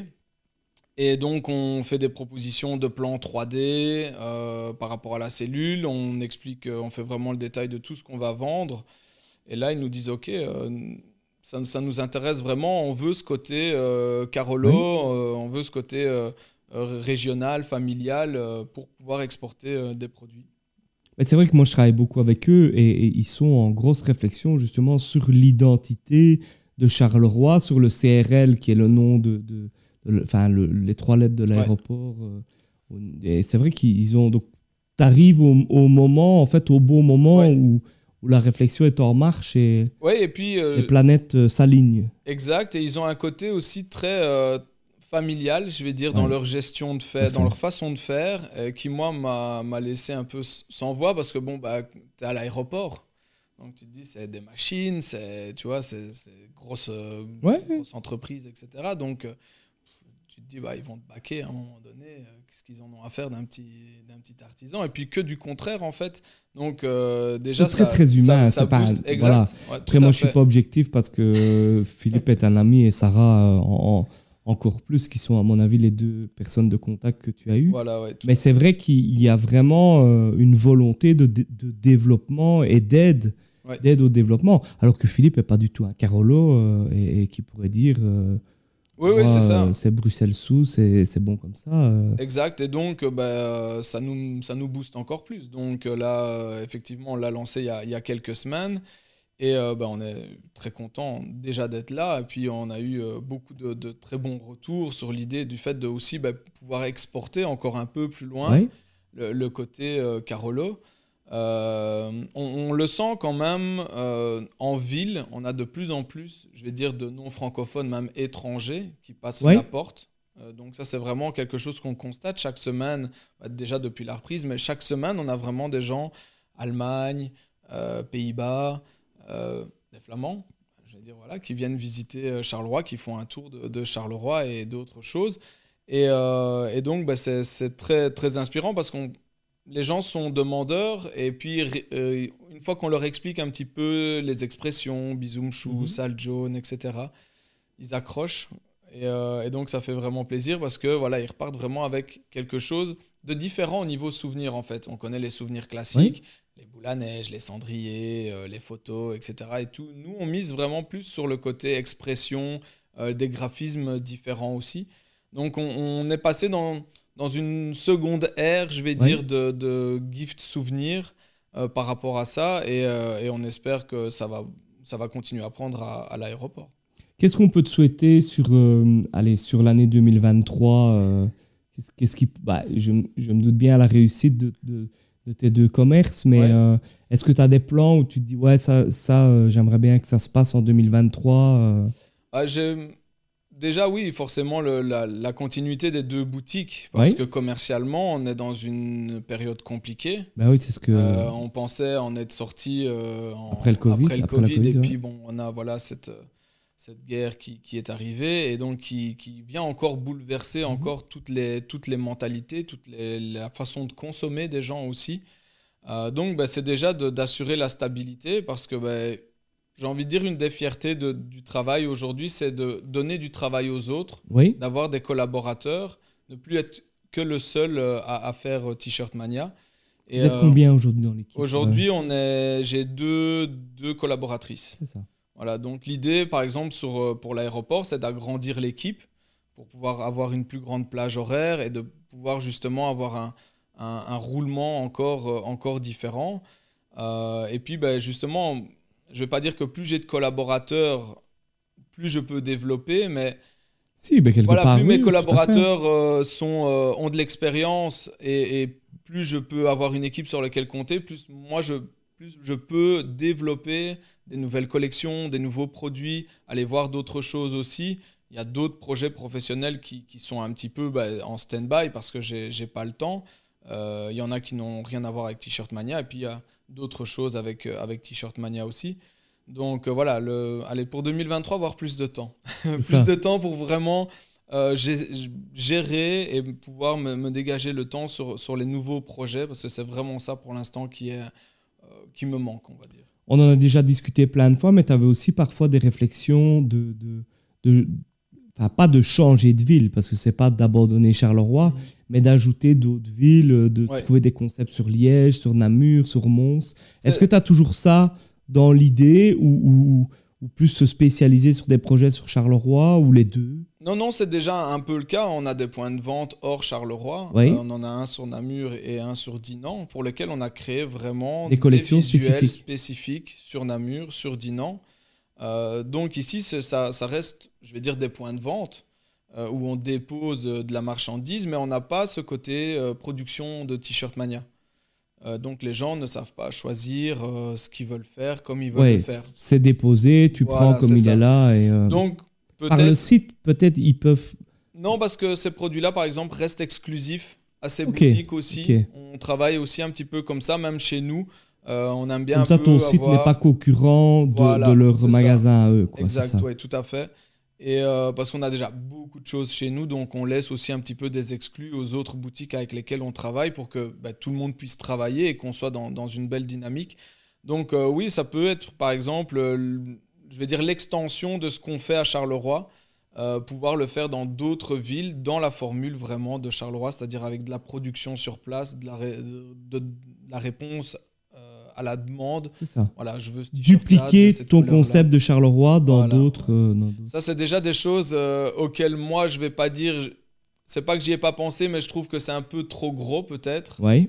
Et donc, on fait des propositions de plans trois D euh, par rapport à la cellule. On explique, on fait vraiment le détail de tout ce qu'on va vendre. Et là, ils nous disent, ok... Euh, Ça, ça nous intéresse vraiment, on veut ce côté euh, Carolo, oui. euh, on veut ce côté euh, régional, familial, euh, pour pouvoir exporter euh, des produits. Mais c'est vrai que moi je travaille beaucoup avec eux et, et ils sont en grosse réflexion justement sur l'identité de Charleroi, sur le C R L qui est le nom de, de, de enfin le, les trois lettres de l'aéroport. Ouais. Euh, et c'est vrai qu'ils ont donc t'arrives au, au moment, en fait au bon moment ouais. où où la réflexion est en marche et, ouais, et puis, euh, les planètes euh, s'alignent. Exact, et ils ont un côté aussi très euh, familial, je vais dire, ouais. dans leur gestion de faire, dans leur façon de faire, euh, qui, moi, m'a, m'a laissé un peu sans voix, parce que, bon, bah, t'es à l'aéroport, donc tu te dis, c'est des machines, c'est, tu vois, c'est, c'est grosse, euh, ouais. grosse entreprise, et cetera. Donc, euh, tu te dis, bah, ils vont te baquer à un moment donné, euh, qu'est-ce qu'ils en ont à faire d'un petit, d'un petit artisan, et puis que du contraire, en fait. Donc, euh, déjà, c'est très, ça, très humain. Ça, ça c'est pas, booste. Exact. Voilà. Ouais, Après, moi, je fait. suis pas objectif parce que Philippe est un ami et Sarah, en, en, encore plus, qui sont, à mon avis, les deux personnes de contact que tu as eues. Voilà, ouais, Mais c'est vrai qu'il y a vraiment euh, une volonté de, de, de développement et d'aide, ouais. d'aide au développement, alors que Philippe n'est pas du tout un Carolo euh, et, et qui pourrait dire... Euh, Oui, oui, c'est ça. C'est Bruxelles sous, c'est, c'est bon comme ça. Euh. Exact, et donc bah, ça, nous, ça nous booste encore plus. Donc là, effectivement, on l'a lancé il y a, il y a quelques semaines, et euh, bah, on est très content déjà d'être là. Et puis on a eu euh, beaucoup de, de très bons retours sur l'idée du fait de aussi bah, pouvoir exporter encore un peu plus loin oui. le, le côté euh, Carolo. Euh, on, on le sent quand même euh, en ville, on a de plus en plus, je vais dire, de non-francophones, même étrangers, qui passent oui. la porte. Euh, donc ça, c'est vraiment quelque chose qu'on constate chaque semaine, bah, déjà depuis la reprise, mais chaque semaine, on a vraiment des gens, Allemagne, euh, Pays-Bas, euh, des Flamands, je vais dire, voilà, qui viennent visiter Charleroi, qui font un tour de, de Charleroi et d'autres choses. Et, euh, et donc, bah, c'est, c'est très, très inspirant parce qu'on les gens sont demandeurs et puis euh, une fois qu'on leur explique un petit peu les expressions, bisoumchou, mm-hmm. sale jaune, et cetera, ils accrochent et, euh, et donc ça fait vraiment plaisir parce que voilà, ils repartent vraiment avec quelque chose de différent au niveau souvenir en fait. On connaît les souvenirs classiques, oui. les boules à neige, les cendriers, euh, les photos, et cetera. Et tout. Nous, on mise vraiment plus sur le côté expression, euh, des graphismes différents aussi. Donc, on, on est passé dans, dans une seconde ère, je vais Ouais. dire, de, de gift souvenirs euh, par rapport à ça. Et, euh, et on espère que ça va, ça va continuer à prendre à, à l'aéroport. Qu'est-ce qu'on peut te souhaiter sur, euh, allez, sur l'année deux mille vingt-trois euh, qu'est-ce, qu'est-ce qui, bah, je, m- je me doute bien à la réussite de, de, de tes deux commerces, mais Ouais. euh, est-ce que tu as des plans où tu te dis, ouais, ça, ça euh, j'aimerais bien que ça se passe en deux mille vingt-trois euh, Ah, j'ai- Déjà, oui, forcément, le- la, la continuité des deux boutiques, parce Oui, que commercialement, on est dans une période compliquée. bah oui, c'est ce que. Euh, on pensait en être sorti euh, Après le en- Covid, après le après la Covid, et Covid, ouais. puis bon, on a voilà cette, euh, cette guerre qui, qui est arrivée, et donc qui, qui vient encore bouleverser Mhm. encore toutes les, toutes les mentalités, toute les- la façon de consommer des gens aussi. Euh, donc, bah, c'est déjà de- d'assurer la stabilité, parce que bah, j'ai envie de dire une des fiertés de- du travail aujourd'hui, c'est de donner du travail aux autres, Oui, d'avoir des collaborateurs, ne plus être que le seul euh, à, à faire euh, T-shirt Mania. Et vous êtes euh, combien aujourd'hui dans l'équipe euh, aujourd'hui, on est, j'ai deux, deux collaboratrices. C'est ça. Voilà, donc l'idée, par exemple, sur, euh, pour l'aéroport, c'est d'agrandir l'équipe pour pouvoir avoir une plus grande plage horaire et de pouvoir justement avoir un, un- un roulement encore, euh, encore différent. Euh, et puis, ben, justement, je vais pas dire que plus j'ai de collaborateurs, plus je peux développer, mais Si, bah, quelque voilà, part, plus mes oui, oui, tout à fait. collaborateurs euh, sont, euh, ont de l'expérience et, et plus je peux avoir une équipe sur laquelle compter, plus moi je, plus je peux développer des nouvelles collections, des nouveaux produits, aller voir d'autres choses aussi. Il y a d'autres projets professionnels qui, qui sont un petit peu bah, en stand-by parce que j'ai j'ai pas le temps. Euh, Il y en a qui n'ont rien à voir avec T-Shirt Mania et puis il y a d'autres choses avec, euh, avec T-Shirt Mania aussi. Donc euh, voilà, le, allez, pour deux mille vingt-trois, avoir plus de temps. C'est Plus ça. de temps pour vraiment euh, gé- gérer et pouvoir me, me dégager le temps sur, sur les nouveaux projets, parce que c'est vraiment ça pour l'instant qui, est, euh, qui me manque, on va dire. On en a déjà discuté plein de fois, mais tu avais aussi parfois des réflexions de, de, de- enfin, pas de changer de ville, parce que c'est pas d'abandonner Charleroi, Mhm. mais d'ajouter d'autres villes, euh, de Ouais. trouver des concepts sur Liège, sur Namur, sur Mons. C'est- Est-ce que tu as toujours ça dans l'idée ou, ou, ou plus se spécialiser sur des projets sur Charleroi ou les deux? Non, non, c'est déjà un peu le cas. On a des points de vente hors Charleroi. Oui. Euh, on en a un sur Namur et un sur Dinan, pour lesquels on a créé vraiment Des collections visuels spécifiques. spécifiques sur Namur, sur Dinan. Euh, donc ici, c'est- ça, ça reste, je vais dire, des points de vente euh, où on dépose euh, de la marchandise, mais on n'a pas ce côté euh, production de T-shirt Mania. Euh, donc les gens ne savent pas choisir euh, ce qu'ils veulent faire comme ils veulent Ouais, le faire. c'est déposé, tu Voilà, prends comme c'est il ça. est là. Et, euh, Donc par le peut-être... site, peut-être ils peuvent. Non, parce que ces produits-là, par exemple, restent exclusifs à ces Ok, boutiques aussi. ok. On travaille aussi un petit peu comme ça, même chez nous. Euh, on aime bien Comme un ça, peu ton site n'est avoir... pas concurrent de, Voilà, de leur c'est ça. magasin à eux. Quoi, c'est Exact, ça. oui, tout à fait. Et euh, parce qu'on a déjà beaucoup de choses chez nous, donc on laisse aussi un petit peu des exclus aux autres boutiques avec lesquelles on travaille pour que bah, tout le monde puisse travailler et qu'on soit dans, dans une belle dynamique. Donc euh, oui, ça peut être par exemple, euh, l- je vais dire l'extension de ce qu'on fait à Charleroi, euh, pouvoir le faire dans d'autres villes, dans la formule vraiment de Charleroi, c'est-à-dire avec de la production sur place, de la, ré- de, de la réponse euh, à la demande. C'est ça. Voilà, je veux ce t-shirt-là, de Dupliquer cette ton couleur-là. concept de Charleroi dans Voilà, d'autres. ouais. euh, dans d'autres- Ça, c'est déjà des choses euh, auxquelles moi, je vais pas dire. je- C'est pas que j'y ai pas pensé, mais je trouve que c'est un peu trop gros, peut-être. Ouais.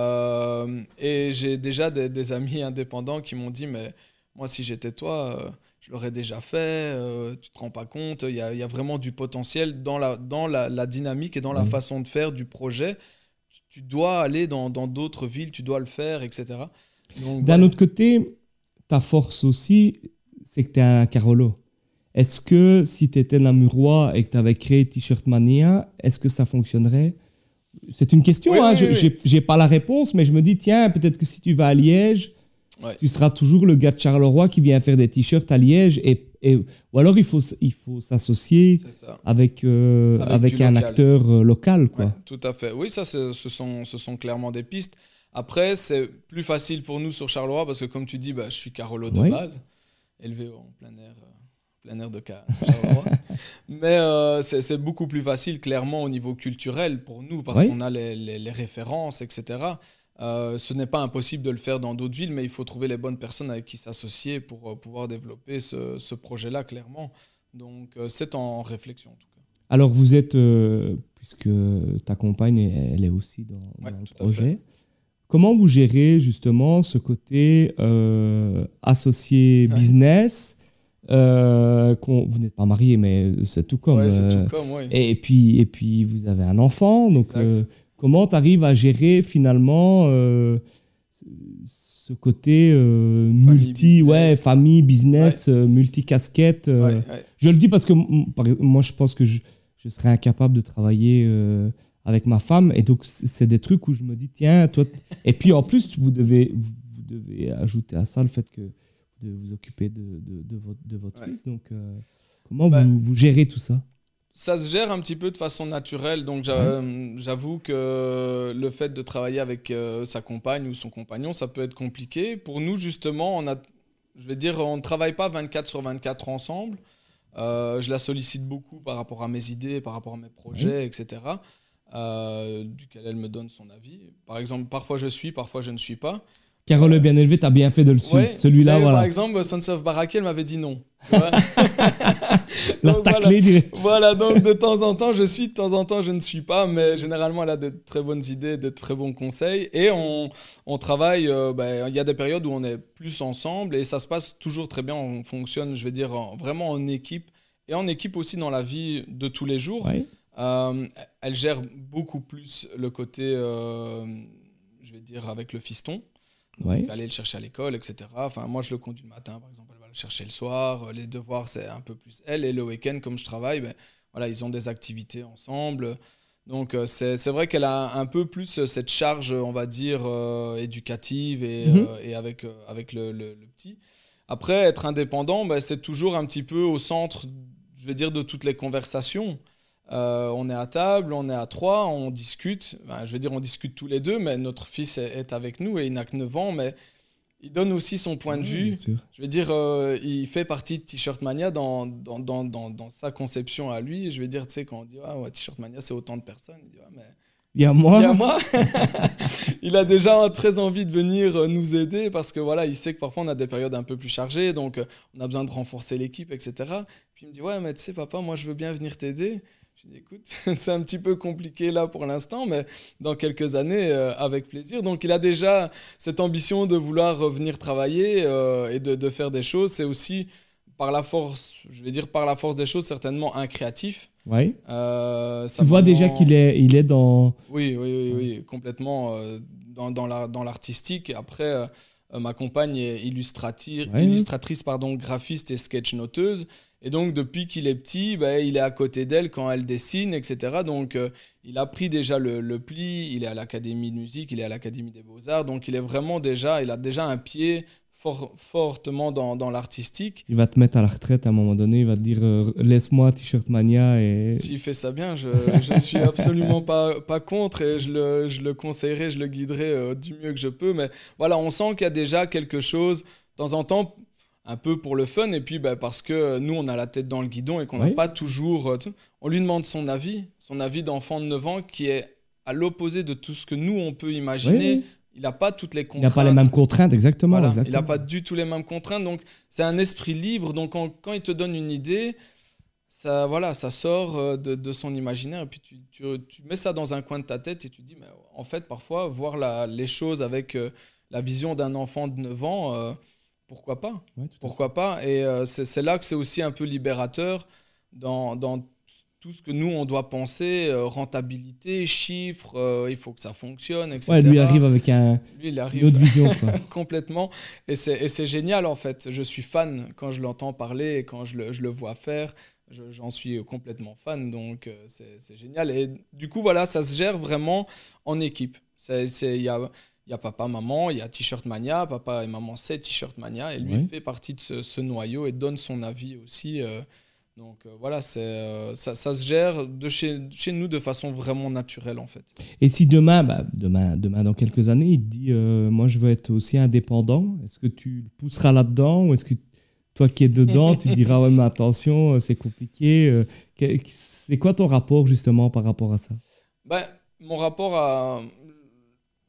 Euh, et j'ai déjà des, des amis indépendants qui m'ont dit, mais moi, si j'étais toi, euh, je l'aurais déjà fait. Euh, tu te rends pas compte. Il y a, il y a vraiment du potentiel dans la, dans la, la dynamique et dans la Ouais. façon de faire du projet. Tu tu dois aller dans dans d'autres villes, tu dois le faire, et cetera. Donc, D'un voilà. autre côté, ta force aussi, c'est que tu es un Carolo. Est-ce que si tu étais Namurois et que tu avais créé T-shirt Mania, est-ce que ça fonctionnerait? C'est une question, Oui, hein, oui, je oui, oui. j'ai- j'ai pas la réponse, mais je me dis, tiens, peut-être que si tu vas à Liège, Ouais. tu seras toujours le gars de Charleroi qui vient faire des t-shirts à Liège. Et, et- ou alors, il faut, s- il faut s'associer C'est ça. avec, euh, Avec avec du un local. acteur euh, local. Quoi. Ouais, tout à fait. Oui, ça, c'est- ce sont, ce sont clairement des pistes. Après, c'est plus facile pour nous sur Charleroi parce que, comme tu dis, bah, je suis Carolo de Oui. base, élevé en plein air, euh, plein air de Ca- Charleroi. Mais euh, c'est c'est beaucoup plus facile, clairement, au niveau culturel pour nous parce Oui. qu'on a les, les- les références, et cetera. Euh, ce n'est pas impossible de le faire dans d'autres villes, mais il faut trouver les bonnes personnes avec qui s'associer pour euh, pouvoir développer ce, ce projet-là, clairement. Donc, euh, c'est en réflexion, en tout cas. Alors, vous êtes, euh, puisque ta compagne, elle est aussi dans, Ouais, dans le tout à projet, fait. comment vous gérez justement ce côté euh, associé Ouais. business euh, qu'on- Vous n'êtes pas marié, mais c'est tout comme. Ouais, c'est euh, tout comme, oui. et, et puis, et puis, vous avez un enfant. Donc, Exact. euh, comment tu arrives à gérer finalement euh, ce côté euh, Famille, multi, ouais, business. famille, business, euh, multi-casquette euh, Ouais, ouais. Je le dis parce que m- par- moi, je pense que je, je serais incapable de travailler euh, avec ma femme. Et donc, c- c'est des trucs où je me dis, tiens, toi. t- Et puis, en plus, vous devez, vous, vous devez ajouter à ça le fait que vous devez vous occuper de, de, de votre, de votre Ouais. fils. Donc, euh, comment Bah, vous, vous gérez tout ça? Ça se gère un petit peu de façon naturelle, donc j'a- Ouais. euh, j'avoue que le fait de travailler avec euh, sa compagne ou son compagnon, ça peut être compliqué. Pour nous, justement, on a, je vais dire, on ne travaille pas vingt-quatre sur vingt-quatre ensemble. Euh, je la sollicite beaucoup par rapport à mes idées, par rapport à mes projets, et cetera. Euh, duquel elle me donne son avis. Par exemple, parfois je suis, parfois je ne suis pas. Carole Euh, est bien élevé, t'as bien fait de le suivre. Ouais, Celui-là, mais voilà. par exemple, Sons of Baraki, elle m'avait dit non. Tu vois. La Donc, taclée direct. voilà, donc de temps en temps, je suis, de temps en temps, je ne suis pas, mais généralement, elle a de très bonnes idées, de très bons conseils. Et on, on travaille, euh, ben, il y a des périodes où on est plus ensemble et ça se passe toujours très bien. On fonctionne, je vais dire, en- vraiment en équipe et en équipe aussi dans la vie de tous les jours. Ouais. Euh, elle gère beaucoup plus le côté, euh, je vais dire, avec le fiston. Donc, Ouais. aller le chercher à l'école, et cetera. Enfin, moi, je le conduis le matin, par exemple, elle va le chercher le soir. Les devoirs, c'est un peu plus elle. Et le week-end, comme je travaille, ben, voilà, ils ont des activités ensemble. Donc, euh, c'est, c'est vrai qu'elle a un peu plus euh, cette charge, on va dire, euh, éducative et, Mhm. euh, et avec, euh, avec le, le- le petit. Après, être indépendant, ben, c'est toujours un petit peu au centre, je vais dire, de toutes les conversations. Euh, on est à table, on est à trois, on discute. Ben, je veux dire, on discute tous les deux, mais notre fils est, est avec nous et il n'a que neuf ans, mais il donne aussi son point de Ouais, vue. bien sûr. Je veux dire, euh, il fait partie de T-Shirt Mania dans, dans, dans, dans, dans sa conception à lui. Je veux dire, tu sais, quand on dit ah, ouais, T-Shirt Mania, c'est autant de personnes, il dit ouais, mais Il y a moi. il y a moi. Il a déjà très envie de venir euh, nous aider parce que voilà, il sait que parfois on a des périodes un peu plus chargées, donc euh, on a besoin de renforcer l'équipe, et cetera. Puis il me dit ouais, mais tu sais, papa, moi je veux bien venir t'aider. Je dis écoute, c'est un petit peu compliqué là pour l'instant, mais dans quelques années, euh, avec plaisir. Donc il a déjà cette ambition de vouloir revenir travailler euh, et de, de faire des choses. C'est aussi par la force, je vais dire par la force des choses, certainement un créatif. Ouais. Euh, sa Tu vois maman- déjà qu'il est, il est dans. Oui, oui, oui, oui, complètement euh, dans, dans la- dans l'artistique. Après, euh, euh, ma compagne est illustrati- Ouais. illustratrice, pardon, graphiste et sketch-noteuse. Et donc, depuis qu'il est petit, bah, il est à côté d'elle quand elle dessine, et cetera. Donc, euh, il a pris déjà le, le pli, il est à l'Académie de musique, il est à l'Académie des beaux-arts. Donc, il est vraiment déjà, il a déjà un pied fort, fortement dans, dans l'artistique. Il va te mettre à la retraite à un moment donné. Il va te dire euh, laisse-moi T-shirt Mania. Et... S'il fait ça bien, je ne suis absolument pas, pas contre et je le, je le conseillerai, je le guiderai euh, du mieux que je peux. Mais voilà, on sent qu'il y a déjà quelque chose, de temps en temps, un peu pour le fun. Et puis bah, parce que nous, on a la tête dans le guidon et qu'on n'a Oui. pas toujours... euh, tu sais, on lui demande son avis, son avis d'enfant de neuf ans qui est à l'opposé de tout ce que nous, on peut imaginer. Oui. Il n'a pas toutes les Il contraintes. n'a pas les mêmes contraintes, exactement. Voilà, exactement. il n'a pas du tout les mêmes contraintes, donc c'est un esprit libre. Donc quand, quand il te donne une idée, ça, voilà, ça sort euh, de, de son imaginaire et puis tu, tu, tu mets ça dans un coin de ta tête et tu te dis, mais en fait, parfois, voir la, les choses avec euh, la vision d'un enfant de neuf ans, euh, pourquoi pas? Ouais, tout à Pourquoi pas? Et euh, c'est c'est là que c'est aussi un peu libérateur dans, dans tout ce que nous, on doit penser, euh, rentabilité, chiffres, euh, il faut que ça fonctionne, et cetera. Ouais, lui arrive avec un, Lui, il une arrive autre vision. Quoi. complètement. Et c'est, et c'est génial, en fait. Je suis fan quand je l'entends parler et quand je le, je le vois faire. Je- j'en suis complètement fan, donc euh, c'est, c'est génial. Et du coup, voilà, ça se gère vraiment en équipe. C'est, c'est, il y a, il y a papa, maman, il y a T-shirt Mania. Papa et maman, c'est T-shirt Mania. Et lui Ouais. fait partie de ce, ce noyau et donne son avis aussi. euh, donc euh, voilà, c'est, euh, ça, ça se gère de chez, chez nous de façon vraiment naturelle, en fait. Et si demain, bah, demain, demain, dans quelques années, il te dit euh, moi, je veux être aussi indépendant, est-ce que tu le pousseras là-dedans ou est-ce que toi qui es dedans, tu te diras ouais, mais attention, euh, c'est compliqué euh, que- C'est quoi ton rapport justement par rapport à ça? Ben, mon rapport à...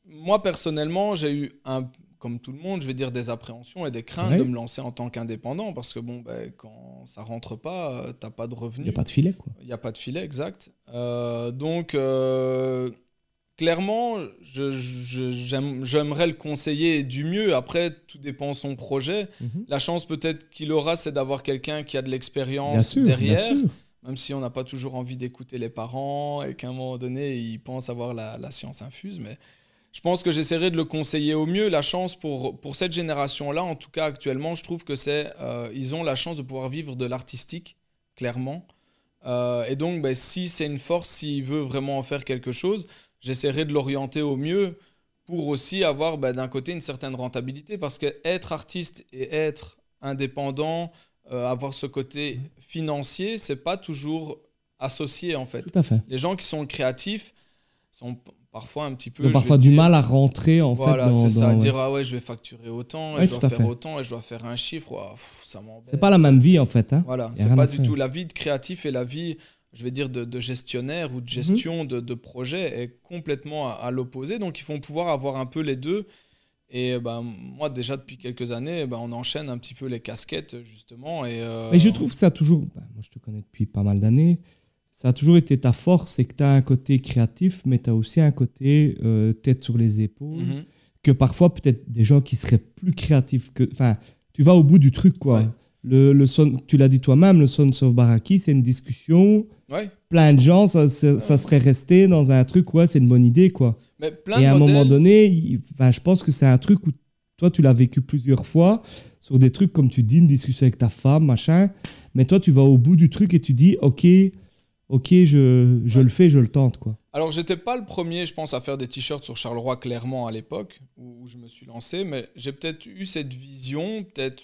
moi, personnellement, j'ai eu, un, comme tout le monde, je vais dire des appréhensions et des craintes Ouais. de me lancer en tant qu'indépendant parce que bon, ben, quand ça rentre pas, euh, t'as pas de Il n'y revenus. a pas de filet, quoi. Il n'y a pas de filet, exact. Euh, donc, euh, clairement, je, je- j'aime- j'aimerais le conseiller du mieux. Après, tout dépend de son projet. Mhm. La chance peut-être qu'il aura, c'est d'avoir quelqu'un qui a de Bien l'expérience sûr, bien derrière, sûr. même si on n'a pas toujours envie d'écouter les parents et qu'à un moment donné, ils pensent avoir la, la science infuse. Mais je pense que j'essaierai de le conseiller au mieux. La chance pour, pour cette génération-là, en tout cas actuellement, je trouve que c'est, euh, ils ont la chance de pouvoir vivre de l'artistique, clairement. Euh, et donc, ben, si c'est une force, s'il veut vraiment en faire quelque chose, j'essaierai de l'orienter au mieux pour aussi avoir ben, d'un côté une certaine rentabilité. Parce que être artiste et être indépendant, euh, avoir ce côté financier, c'est pas toujours associé en fait. Tout à fait. Les gens qui sont créatifs sont p- parfois un petit peu. Ils ont je vais parfois du dire, mal à rentrer, en voilà, fait, dans... c'est ça, dans- ouais. dire ah ouais, je vais facturer autant, et Ouais, je dois tout à faire fait. autant, et je dois faire un chiffre, ouah, pff, ça m'embête. C'est pas la même vie, en fait. Hein. Voilà, Y a c'est rien pas à du faire. tout. La vie de créatif et la vie, je vais dire, de, de gestionnaire ou de gestion de, de projet est complètement à, à l'opposé. Donc, ils vont pouvoir avoir un peu les deux. Et ben, moi, déjà, depuis quelques années, ben, on enchaîne un petit peu les casquettes, justement. Et, euh, Mais je trouve que ça a toujours... bah, moi, je te connais depuis pas mal d'années. Ça a toujours été ta force, c'est que tu as un côté créatif, mais tu as aussi un côté euh, tête sur les épaules. mhm. Que parfois, peut-être des gens qui seraient plus créatifs que... Enfin, tu vas au bout du truc, quoi. Ouais. Le, le son, tu l'as dit toi-même, le Sons of Baraki, c'est une discussion. Ouais. Plein de gens, ça, ça, ça serait resté dans un truc, ouais, c'est une bonne idée, quoi. Mais plein Et de à un moment modèles. donné, il- enfin, je pense que c'est un truc où toi, tu l'as vécu plusieurs fois sur des trucs, comme tu dis, une discussion avec ta femme, machin. Mais toi, tu vas au bout du truc et tu dis, OK, OK, je, je Ouais. le fais, je le tente, quoi. Alors, j'étais pas le premier, je pense, à faire des t-shirts sur Charleroi, clairement, à l'époque, où, où je me suis lancé. Mais j'ai peut-être eu cette vision, peut-être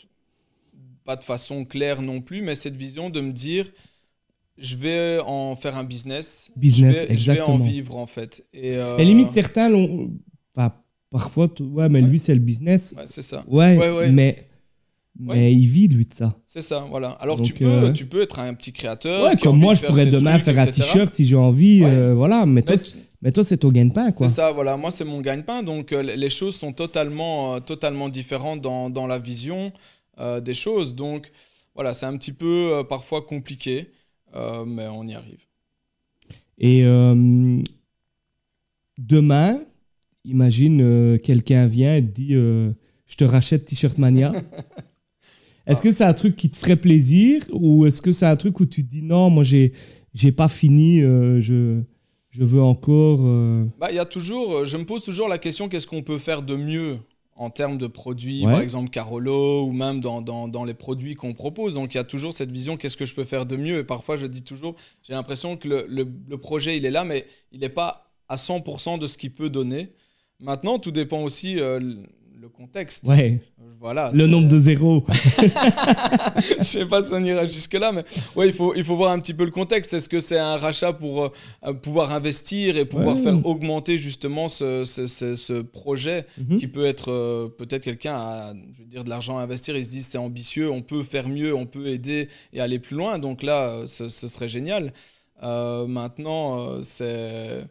pas de façon claire non plus, mais cette vision de me dire, je vais en faire un business. Business, je vais, je vais en exactement. vivre, en fait. Et, euh, Et limite, certains l'ont... Enfin, parfois, tu- ouais, mais Ouais. lui, c'est le business. ouais, c'est ça. Ouais, Ouais, ouais. mais... Mais il vit, lui, de ça. C'est ça, voilà. Alors, Donc, tu, peux, euh, tu peux être un petit créateur. Ouais, qui a comme envie moi, de je pourrais ses demain trucs, faire un et cetera. t-shirt si j'ai envie, Ouais. euh, voilà. Mais toi, Mais c'est- mais toi, c'est ton gagne-pain, quoi. C'est ça, voilà. Moi, c'est mon gagne-pain. Donc, euh, les choses sont totalement, euh, totalement différentes dans, dans la vision euh, des choses. Donc, voilà, c'est un petit peu euh, parfois compliqué, euh, mais on y arrive. Et euh, demain, imagine, euh, quelqu'un vient et te dit euh, je te rachète T-shirt Mania. Est-ce Ah. que c'est un truc qui te ferait plaisir ou est-ce que c'est un truc où tu te dis non, moi, j'ai, j'ai pas fini, euh, je, je veux encore. euh, Bah, il y a toujours, euh, je me pose toujours la question, qu'est-ce qu'on peut faire de mieux en termes de produits, Ouais. par exemple Carolo, ou même dans, dans, dans les produits qu'on propose. Donc il y a toujours cette vision, qu'est-ce que je peux faire de mieux. Et parfois je dis toujours, j'ai l'impression que le, le- le projet il est là, mais il n'est pas à cent pour cent de ce qu'il peut donner. Maintenant, tout dépend aussi euh, le, le contexte. Ouais, Voilà, le c'est- nombre de zéros. je sais pas si on ira jusque-là, mais ouais, il faut, il faut voir un petit peu le contexte. Est-ce que c'est un rachat pour euh, pouvoir investir et pouvoir Ouais. faire augmenter justement ce, ce, ce- ce projet Mhm. qui peut être euh, peut-être quelqu'un a, je veux dire, de l'argent à investir, il se dit c'est ambitieux, on peut faire mieux, on peut aider et aller plus loin. Donc là, euh, ce, ce serait génial. Euh, maintenant, euh, c'est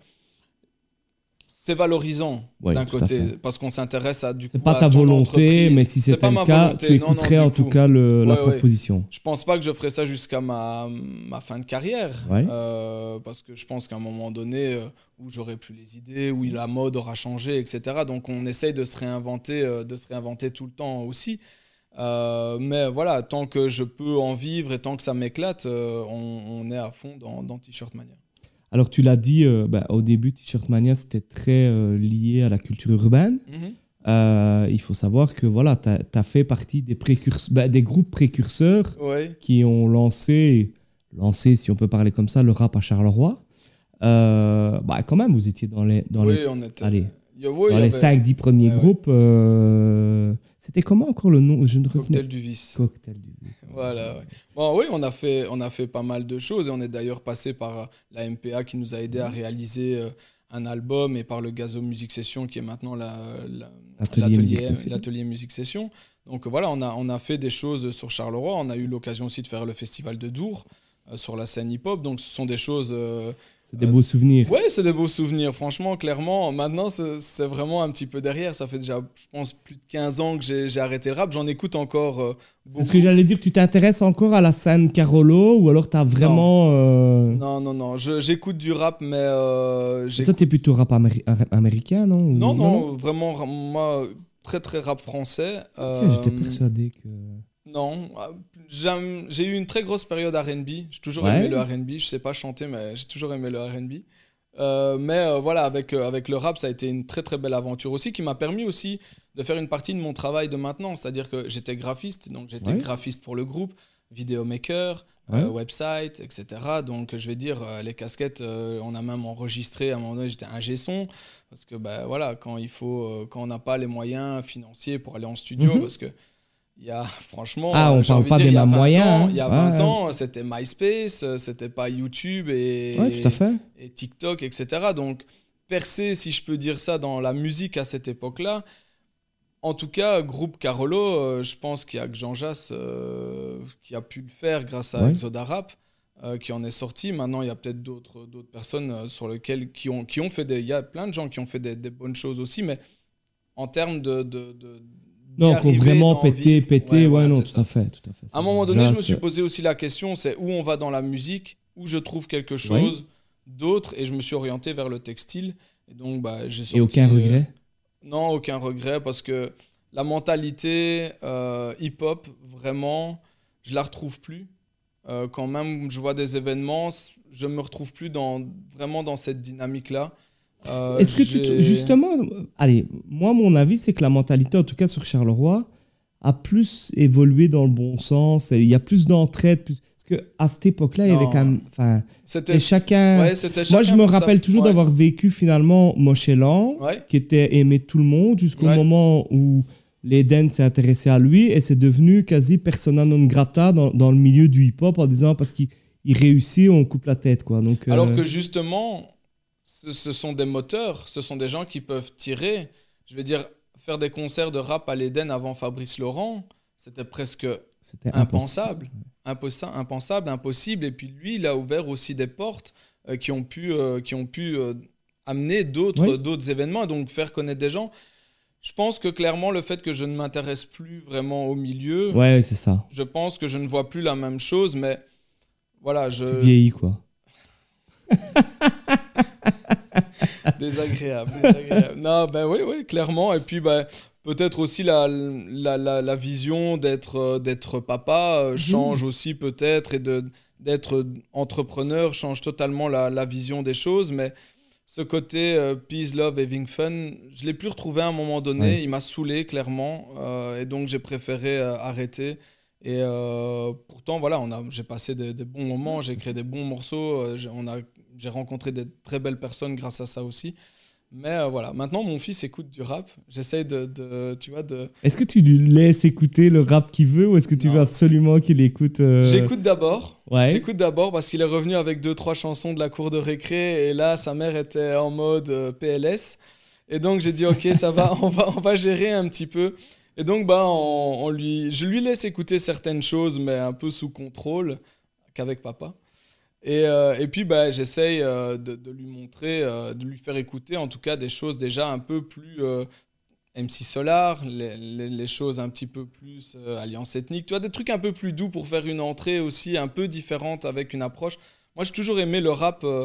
c'est valorisant Ouais, d'un tout à côté fait. parce qu'on s'intéresse à du coup C'est pas à ta ton volonté, entreprise. mais si C'est c'était pas le ma cas, volonté. tu Non, non, écouterais du en coup. tout cas le- la Ouais, ouais. proposition. Je pense pas que je ferai ça jusqu'à ma, ma fin de carrière. Ouais. Euh, parce que je pense qu'à un moment donné, euh, où j'aurai plus les idées, où la mode aura changé, et cetera. Donc on essaye de se réinventer, euh, de se réinventer tout le temps aussi. Euh, mais voilà, tant que je peux en vivre et tant que ça m'éclate, euh, on, on est à fond dans, dans T-Shirt Mania. Alors, tu l'as dit, euh, bah, au début, T-Shirt Mania, c'était très euh, lié à la culture urbaine. Mhm. Euh, il faut savoir que voilà, tu as fait partie des, précurseurs, bah, des groupes précurseurs Ouais. qui ont lancé, lancé, si on peut parler comme ça, le rap à Charleroi. Euh, bah, quand même, vous étiez dans les, dans Oui, les, on était. allez, Il y a- ouais, dans il y les avait cinq dix premiers Ouais, ouais. groupes. euh, C'était comment encore le nom? Je ne revenais- Cocktail du Vice. Cocktail du Vice. Voilà, ouais. Bon, oui, on a, fait, on a fait pas mal de choses et on est d'ailleurs passé par euh, la M P A qui nous a aidé à réaliser euh, un album et par le Gazo Music Session qui est maintenant la, la- Atelier l'atelier Music Session. l'atelier Music Session. Donc voilà, on a, on a fait des choses sur Charleroi. On a eu l'occasion aussi de faire le festival de Dour euh, sur la scène hip-hop. Donc ce sont des choses. euh, C'est des beaux souvenirs. Ouais, c'est des beaux souvenirs, franchement, clairement. Maintenant, c'est, c'est vraiment un petit peu derrière. Ça fait déjà, je pense, plus de quinze ans que j'ai, j'ai arrêté le rap. J'en écoute encore euh, beaucoup. Est-ce que j'allais dire, tu t'intéresses encore à la scène Carolo ou alors tu as vraiment... Non, euh... non, non. non. Je, j'écoute du rap, mais... Euh, Toi, t'es plutôt rap améri- américain, non? Ou... Non, non, non, vraiment, moi, très, très rap français. Ah, tiens, j'étais Euh, persuadé que... Non, j'aime- j'ai eu une très grosse période R and B. J'ai toujours Ouais. aimé le R and B. Je sais pas chanter, mais j'ai toujours aimé le R and B. Euh, mais euh, voilà, avec, euh, avec le rap, ça a été une très très belle aventure aussi, qui m'a permis aussi de faire une partie de mon travail de maintenant. C'est-à-dire que j'étais graphiste, donc j'étais Ouais. graphiste pour le groupe, vidéomaker, Ouais. euh, website, et cetera. Donc je vais dire, euh, les casquettes, euh, on a même enregistré, à un moment donné, j'étais ingé son, parce que bah, voilà, quand, il faut, euh, quand on n'a pas les moyens financiers pour aller en studio, Mhm. parce que il y a, franchement, Ah, on euh, j'ai parle envie de pas dire, des il y a mêmes vingt moyens, ans, hein. il y a Ouais, vingt ouais. ans, c'était MySpace, euh, c'était pas YouTube et, Ouais, tout à fait. et TikTok, et cetera. Donc, percer, si je peux dire ça, dans la musique à cette époque-là, en tout cas, groupe Carolo, euh, je pense qu'il y a que Jean Jass euh, qui a pu le faire grâce à Ouais. Exoda Rap, euh, qui en est sorti. Maintenant, il y a peut-être d'autres, d'autres personnes euh, sur lesquelles, qui ont, qui ont fait des... Il y a plein de gens qui ont fait des, des bonnes choses aussi, mais en termes de... de, de d'y Non, qu'on arriver, vraiment d'en pété, vivre, pété, ouais, ouais, voilà, non, c'est tout ça. à fait, tout à fait. À un moment donné, Déjà, je me suis c'est- posé aussi la question, c'est où on va dans la musique, où je trouve quelque chose d'autre, et je me suis orienté vers le textile. Et donc, bah, j'ai sorti... Et aucun euh, regret? Non, aucun regret, parce que la mentalité euh, hip-hop, vraiment, je la retrouve plus. Euh, quand même je vois des événements, je me retrouve plus dans, vraiment dans cette dynamique-là. Euh, Est-ce que tu... te- j'ai- Justement, euh, allez, moi, mon avis, c'est que la mentalité, en tout cas sur Charleroi, a plus évolué dans le bon sens. Il y a plus d'entraide. Plus... Parce qu'à cette époque-là, il y avait Non. quand même... Enfin, C'était... et chacun... Ouais, c'était Moi, je chacun me pour sa- rappelle toujours ouais. d'avoir vécu finalement Mochelan, Ouais. qui était aimé de tout le monde, jusqu'au Ouais. moment où l'Eden s'est intéressé à lui et c'est devenu quasi persona non grata dans, dans le milieu du hip-hop en disant parce qu'il il réussit, on coupe la tête, quoi. Donc, euh, Alors que justement, ce, ce sont des moteurs, ce sont des gens qui peuvent tirer. Je veux dire, faire des concerts de rap à l'Éden avant Fabrice Laurent, c'était presque c'était impensable. Impossible, impensable, impossible. Et puis lui, il a ouvert aussi des portes euh, qui ont pu, euh, qui ont pu euh, amener d'autres, Oui. d'autres événements, et donc faire connaître des gens. Je pense que clairement, le fait que je ne m'intéresse plus vraiment au milieu, Ouais, c'est ça. je pense que je ne vois plus la même chose, mais voilà, je... Tu vieillis, quoi. Désagréable, désagréable. Non, ben oui, oui, clairement. Et puis, ben, peut-être aussi la, la, la, la vision d'être, euh, d'être papa euh, change aussi peut-être, et de, d'être entrepreneur change totalement la, la vision des choses. Mais ce côté euh, peace, love, having fun, je l'ai plus retrouvé à un moment donné. Ouais. Il m'a saoulé, clairement. Euh, et donc, j'ai préféré euh, arrêter. Et euh, pourtant, voilà, on a, j'ai passé des, des bons moments, j'ai créé des bons morceaux, euh, j'ai, on a, j'ai rencontré des très belles personnes grâce à ça aussi. Mais euh, voilà, maintenant mon fils écoute du rap. J'essaye de, de, tu vois, de... Est-ce que tu lui laisses écouter le rap qu'il veut ou est-ce que tu Non. veux absolument qu'il écoute euh, J'écoute d'abord. Ouais. J'écoute d'abord parce qu'il est revenu avec deux, trois chansons de la cour de récré. Et là, sa mère était en mode euh, P L S. Et donc j'ai dit, ok, ça va, on va, on va gérer un petit peu. Et donc, bah, on, on lui, je lui laisse écouter certaines choses, mais un peu sous contrôle, qu'avec papa. Et, euh, et puis, bah, j'essaye euh, de, de lui montrer, euh, de lui faire écouter, en tout cas, des choses déjà un peu plus euh, M C Solar, les, les, les choses un petit peu plus euh, Alliance Ethnique, tu vois, des trucs un peu plus doux pour faire une entrée aussi un peu différente avec une approche. Moi, j'ai toujours aimé le rap. Euh,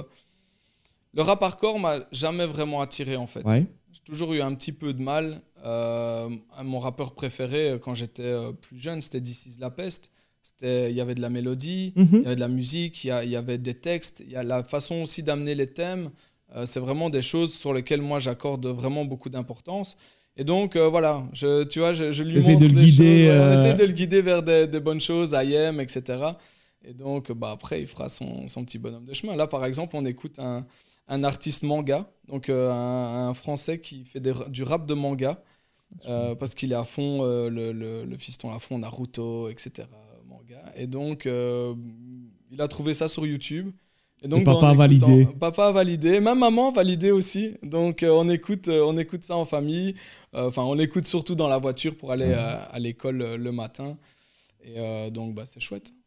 le rap hardcore m'a jamais vraiment attiré, en fait. Ouais. J'ai toujours eu un petit peu de mal. Euh, mon rappeur préféré euh, quand j'étais euh, plus jeune, c'était This Is La Peste. C'était, il y avait de la mélodie, Mhm. il y avait de la musique, il y, a- il y avait des textes, il y a la façon aussi d'amener les thèmes. Euh, c'est vraiment des choses sur lesquelles moi j'accorde vraiment beaucoup d'importance. Et donc euh, voilà, je, tu vois, je, je lui Essaye montre de le des guider, choses, ouais, on euh, essaie de le guider vers des, des bonnes choses, I am, et cetera. Et donc bah, après, il fera son, son petit bonhomme de chemin. Là, par exemple, on écoute un, un artiste manga, donc euh, un, un Français qui fait des- du rap de manga. Euh, parce qu'il est à fond, euh, le, le, le fiston à fond Naruto, et cetera. Manga. Et donc, euh, il a trouvé ça sur YouTube. Et donc, Et papa bah, en a écoutant- validé. Papa a validé, même maman a validé aussi. Donc, euh, on, écoute, euh, on écoute ça en famille. Euh, Enfin, on l'écoute surtout dans la voiture pour aller euh, à l'école euh, le matin. Et euh, donc, bah, c'est chouette.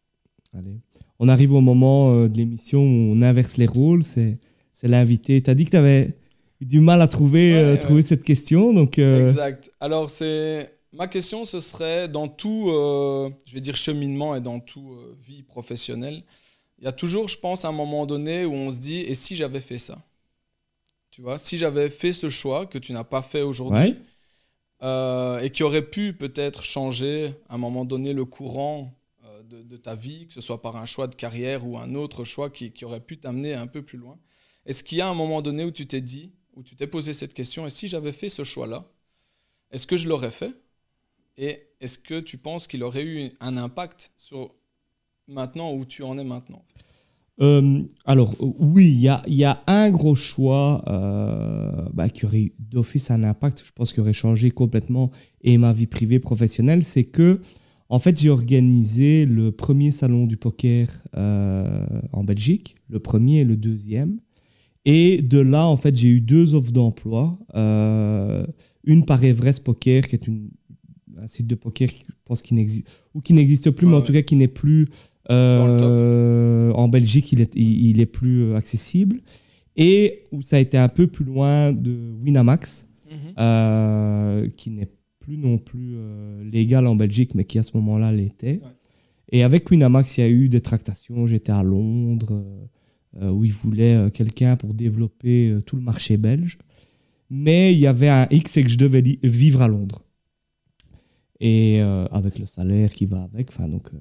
Allez. On arrive au moment euh, de l'émission où on inverse les rôles. C'est, c'est l'invité. Tu as dit que tu avais eu du mal à trouver, Ouais, euh, ouais. trouver cette question. Donc, euh, Exact. Alors, c'est... ma question, ce serait dans tout, euh, je vais dire cheminement et dans tout euh, vie professionnelle, il y a toujours, je pense, un moment donné où on se dit, et si j'avais fait ça? Tu vois, si j'avais fait ce choix que tu n'as pas fait aujourd'hui, ouais. euh, et qui aurait pu peut-être changer à un moment donné le courant euh, de, de ta vie, que ce soit par un choix de carrière ou un autre choix qui, qui aurait pu t'amener un peu plus loin. Est-ce qu'il y a un moment donné où tu t'es dit, où tu t'es posé cette question, et si j'avais fait ce choix-là, est-ce que je l'aurais fait? Et est-ce que tu penses qu'il aurait eu un impact sur maintenant où tu en es maintenant? Euh, alors, euh, oui, il y a, y a un gros choix euh, bah, qui aurait eu d'office un impact, je pense, qui aurait changé complètement et ma vie privée, professionnelle, c'est que, en fait, j'ai organisé le premier salon du poker euh, en Belgique, le premier et le deuxième. Et de là, en fait, j'ai eu deux offres d'emploi. Euh, une par Everest Poker, qui est une, un site de poker qui, je pense, qui n'existe, ou qui n'existe plus, Ouais, mais en ouais. tout cas qui n'est plus Dans le top. euh, en Belgique, il est, il, il est plus euh, accessible. Et où ça a été un peu plus loin de Winamax, Mhm. euh, qui n'est plus non plus euh, légal en Belgique, mais qui à ce moment-là l'était. Ouais. Et avec Winamax, il y a eu des tractations. J'étais à Londres, euh, où ils voulaient euh, quelqu'un pour développer euh, tout le marché belge. Mais il y avait un X, c'est que je devais li- vivre à Londres. Et euh, avec le salaire qui va avec. Enfin, donc, euh,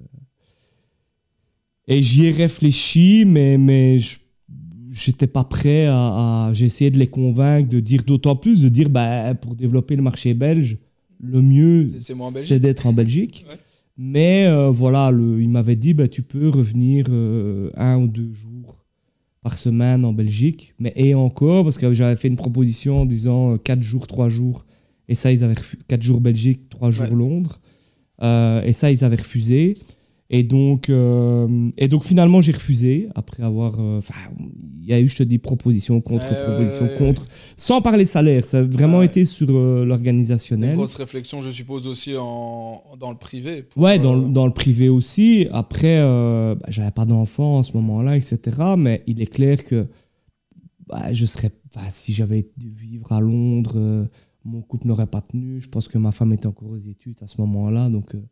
et j'y ai réfléchi, mais, mais je j'étais pas prêt à, à- J'ai essayé de les convaincre, de dire d'autant plus, de dire, bah, pour développer le marché belge, le mieux, Laissez-moi en Belgique. c'est d'être en Belgique. Ouais. Mais euh, voilà, le, il m'avait dit, bah, tu peux revenir euh, un ou deux jours par semaine en Belgique. Mais et encore, parce que j'avais fait une proposition en disant euh, quatre jours, trois jours. Et ça, ils avaient refusé. quatre jours Belgique, trois jours Ouais. Londres. Euh, et ça, ils avaient refusé. Et donc, euh, et donc finalement, j'ai refusé après avoir. Enfin, il y a eu, je te dis, proposition contre Ouais, proposition ouais, ouais, contre, sans parler salaire. Ça a vraiment Ouais. été sur euh, Des l'organisationnel. grosses réflexions, je suppose, aussi en, dans le privé. pour, Ouais, dans, euh, le- dans le privé aussi. Après, euh, bah, j'avais pas d'enfant en ce moment-là, et cetera. Mais il est clair que bah, je serais. Enfin, si j'avais dû vivre à Londres, euh, mon couple n'aurait pas tenu. Je pense que ma femme était encore aux études à ce moment-là, donc. euh,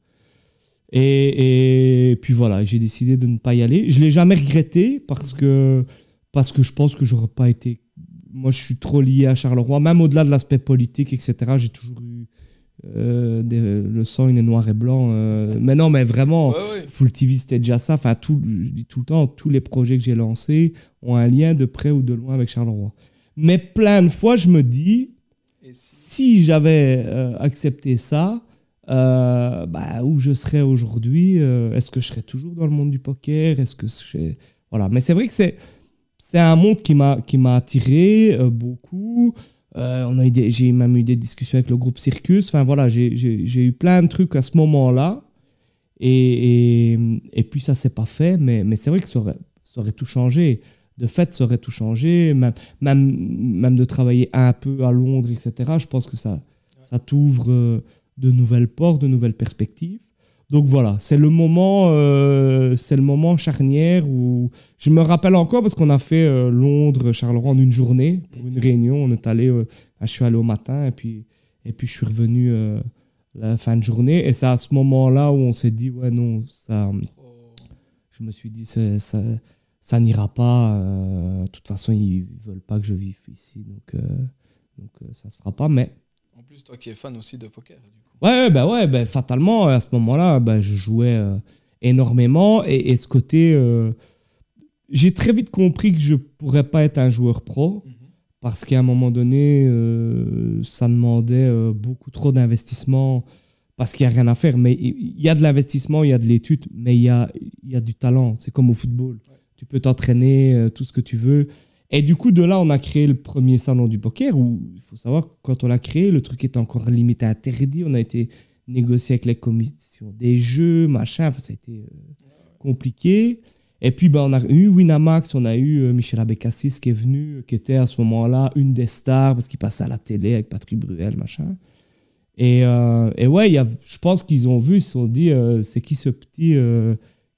Et, et puis voilà, j'ai décidé de ne pas y aller. Je ne l'ai jamais regretté parce que, parce que je pense que j'aurais pas été. Moi, je suis trop lié à Charleroi, même au-delà de l'aspect politique, et cetera. J'ai toujours eu euh, des- le sang, il est noir et blanc. euh. Mais non, mais vraiment, Ouais, ouais. Full T V, c'était déjà ça. Enfin, tout, je dis tout le temps, tous les projets que j'ai lancés ont un lien de près ou de loin avec Charleroi. Mais plein de fois, je me dis, Et si- si j'avais euh, accepté ça, euh, bah, où je serais aujourd'hui, euh, est-ce que je serais toujours dans le monde du poker? Est-ce que je serais- Voilà. Mais c'est vrai que c'est, c'est un monde qui m'a, qui m'a attiré euh, beaucoup. Euh, on a eu des- j'ai même eu des discussions avec le groupe Circus. Enfin voilà, j'ai, j'ai, j'ai eu plein de trucs à ce moment-là. Et, et, et puis ça s'est pas fait, mais, mais c'est vrai que ça aurait, ça aurait tout changé. De fait, ça aurait tout changé. Même, même, même de travailler un peu à Londres, et cetera. Je pense que ça, ça t'ouvre euh, de nouvelles portes, de nouvelles perspectives. Donc voilà, c'est le moment, euh, c'est le moment charnière où je me rappelle encore parce qu'on a fait euh, Londres, Charleroi en une journée pour une réunion. On est allé, euh, je suis allé au matin et puis et puis je suis revenu euh, la fin de journée. Et c'est à ce moment-là où on s'est dit ouais non ça. Oh. Je me suis dit c'est- ça ça n'ira pas. euh, de toute façon ils veulent pas que je vive ici donc euh, donc euh, ça se fera pas. Mais En plus, toi qui es fan aussi de poker, du coup. Ouais, ouais, bah ouais, bah, fatalement, à ce moment-là, bah, je jouais euh, énormément. Et, et ce côté. euh, j'ai très vite compris que je pourrais pas être un joueur pro. Mhm. Parce qu'à un moment donné, euh, ça demandait euh, beaucoup trop d'investissement. Parce qu'il n'y a rien à faire. Mais il il y a de l'investissement, il y a de l'étude, mais il y a, il y a du talent. C'est comme au football. Ouais. Tu peux t'entraîner, euh, tout ce que tu veux. Et du coup, de là, on a créé le premier salon du poker où, il faut savoir, quand on l'a créé, le truc était encore limité, interdit. On a été négocié avec les commissions des jeux, machin. Enfin, ça a été euh, compliqué. Et puis, ben, on a eu Winamax, on a eu euh, Michel Abécassis qui est venu, qui était à ce moment-là une des stars parce qu'il passait à la télé avec Patrick Bruel, machin. Et, euh, et ouais, il y a, je pense qu'ils ont vu, ils se sont dit, euh, c'est qui ce petit euh,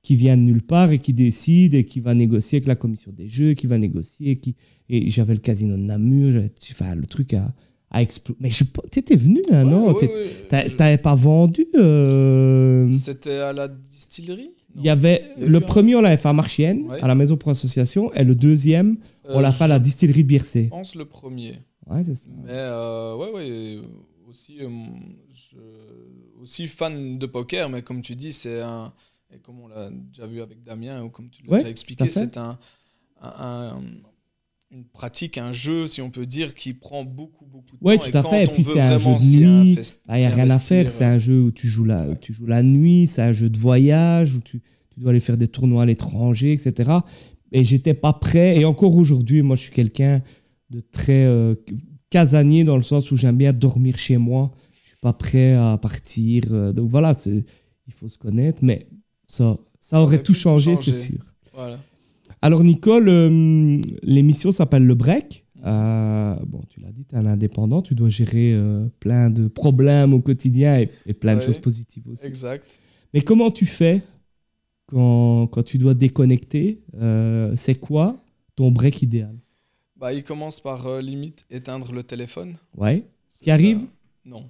qui vient de nulle part et qui décide et qui va négocier avec la commission des jeux, qui va négocier. Qui... Et j'avais le casino de Namur, j'avais... Enfin, le truc a, a explosé. Mais je... tu étais venu là, ouais, non? ouais, ouais, T'a... je... T'avais pas vendu euh... C'était à la distillerie? Il y avait Il y le premier, un... on l'avait fait à Marchienne, ouais. à la Maison pour Association, et le deuxième, euh, on l'a fait à la distillerie de Biercé. Je pense le premier. Ouais, c'est ça. Mais euh, ouais, ouais, aussi, euh, je... aussi fan de poker, mais comme tu dis, c'est un. Et comme on l'a déjà vu avec Damien, ou comme tu l'as ouais, déjà expliqué, c'est un, un, un, une pratique, un jeu, si on peut dire, qui prend beaucoup, beaucoup de ouais, temps. Oui, tout à fait. Et puis c'est un jeu de nuit. Il n'y a rien à faire. C'est un jeu où tu joues la, ouais. tu joues la nuit. C'est un jeu de voyage où tu, tu dois aller faire des tournois à l'étranger, et cetera. Et j'étais pas prêt. Et encore aujourd'hui, moi, je suis quelqu'un de très euh, casanier dans le sens où j'aime bien dormir chez moi. Je suis pas prêt à partir. Euh, donc voilà, c'est, il faut se connaître. Mais ça, ça aurait tout changé, changer. C'est sûr. Voilà. Alors, Nicole, euh, l'émission s'appelle Le Break. Euh, bon, tu l'as dit, tu es un indépendant. Tu dois gérer euh, plein de problèmes au quotidien et, et plein ouais, de choses positives aussi. Exact. Mais comment tu fais quand, quand tu dois déconnecter? euh, C'est quoi ton break idéal? Bah, il commence par euh, limite éteindre le téléphone. Ouais. Tu y arrives? Non.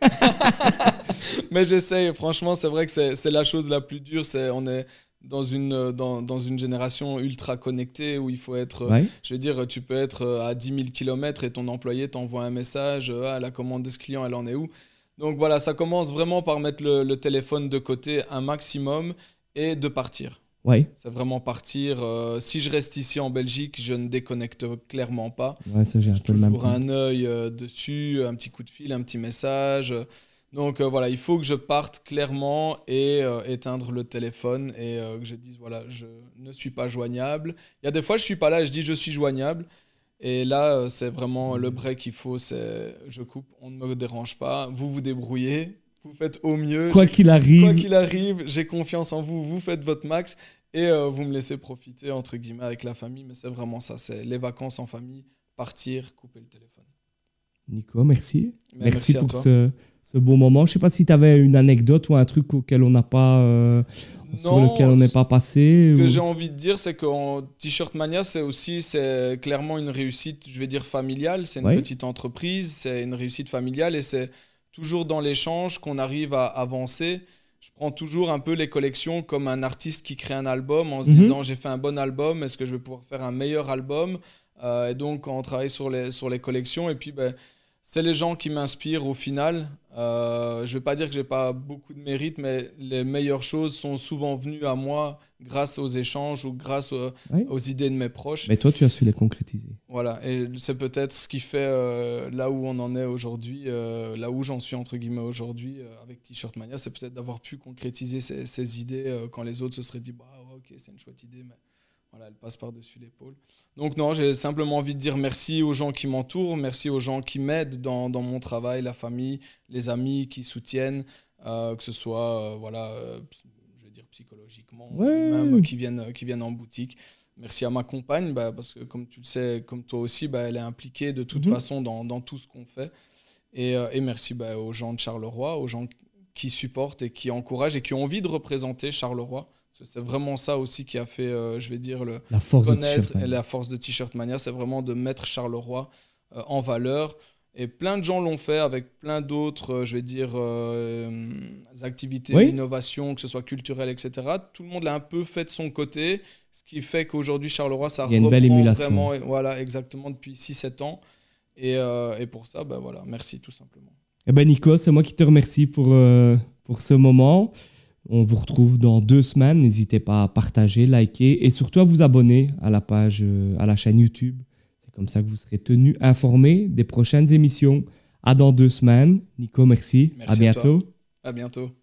Mais j'essaye. Franchement, c'est vrai que c'est, c'est la chose la plus dure. C'est, on est dans une, dans, dans une génération ultra connectée où il faut être... Ouais. Je veux dire, tu peux être à dix mille kilomètres et ton employé t'envoie un message. Ah, la commande de ce client, elle en est où? Donc voilà, ça commence vraiment par mettre le, le téléphone de côté un maximum et de partir. Ouais. C'est vraiment partir. Euh, si je reste ici en Belgique, je ne déconnecte clairement pas. Ouais, ça, j'ai un peu le même toujours un œil euh, dessus, un petit coup de fil, un petit message. Donc euh, voilà, il faut que je parte clairement et euh, éteindre le téléphone et euh, que je dise voilà, je ne suis pas joignable. Il y a des fois, je suis pas là et je dis je suis joignable. Et là, euh, c'est vraiment le break qu'il faut, c'est je coupe, on ne me dérange pas, vous vous débrouillez. Vous faites au mieux. Quoi qu'il arrive. Quoi qu'il arrive, j'ai confiance en vous. Vous faites votre max et euh, vous me laissez profiter, entre guillemets, avec la famille. Mais c'est vraiment ça. C'est les vacances en famille, partir, couper le téléphone. Nico, merci. Mais merci, merci pour toi. ce, ce beau moment. Je ne sais pas si tu avais une anecdote ou un truc auquel on n'a pas, euh, non, sur lequel on n'est pas passé. Ce ou... que j'ai envie de dire, c'est qu'en T-shirt Mania, c'est aussi c'est clairement une réussite, je vais dire, familiale. C'est une ouais. petite entreprise, c'est une réussite familiale et c'est toujours dans l'échange qu'on arrive à avancer. Je prends toujours un peu les collections comme un artiste qui crée un album en se mm-hmm. disant j'ai fait un bon album, est-ce que je vais pouvoir faire un meilleur album? euh, Et donc on travaille sur les, sur les collections et puis ben, c'est les gens qui m'inspirent au final. Euh, je ne vais pas dire que je n'ai pas beaucoup de mérite, mais les meilleures choses sont souvent venues à moi grâce aux échanges ou grâce aux, oui. aux idées de mes proches. Mais toi, tu as su les concrétiser. Voilà, et c'est peut-être ce qui fait euh, là où on en est aujourd'hui, euh, là où j'en suis entre guillemets aujourd'hui euh, avec T-shirt Mania, c'est peut-être d'avoir pu concrétiser ces, ces idées euh, quand les autres se seraient dit bah ok c'est une chouette idée, mais voilà elle passe par-dessus l'épaule. Donc non, j'ai simplement envie de dire merci aux gens qui m'entourent, merci aux gens qui m'aident dans, dans mon travail, la famille, les amis qui soutiennent, euh, que ce soit euh, voilà, euh, je veux dire psychologiquement, ouais. même qui viennent qui viennent en boutique. Merci à ma compagne, bah, parce que comme tu le sais, comme toi aussi, bah, elle est impliquée de toute mmh. façon dans, dans tout ce qu'on fait. Et, euh, et merci bah, aux gens de Charleroi, aux gens qui supportent et qui encouragent et qui ont envie de représenter Charleroi. Parce que c'est vraiment ça aussi qui a fait, euh, je vais dire, le la force connaître de et la force de T-shirt Mania. C'est vraiment de mettre Charleroi euh, en valeur. Et plein de gens l'ont fait avec plein d'autres, euh, je vais dire, euh, activités, oui. innovations, que ce soit culturelles, et cetera. Tout le monde l'a un peu fait de son côté, ce qui fait qu'aujourd'hui, Charleroi, ça Il y a une belle émulation. Vraiment, voilà, exactement, depuis six sept ans. Et, euh, et pour ça, ben voilà, merci tout simplement. Eh ben Nico, c'est moi qui te remercie pour, euh, pour ce moment. On vous retrouve dans deux semaines. N'hésitez pas à partager, liker et surtout à vous abonner à la page, euh, à la chaîne YouTube. C'est comme ça que vous serez tenus informés des prochaines émissions. À dans deux semaines. Nico, merci. Merci à bientôt. À, à bientôt.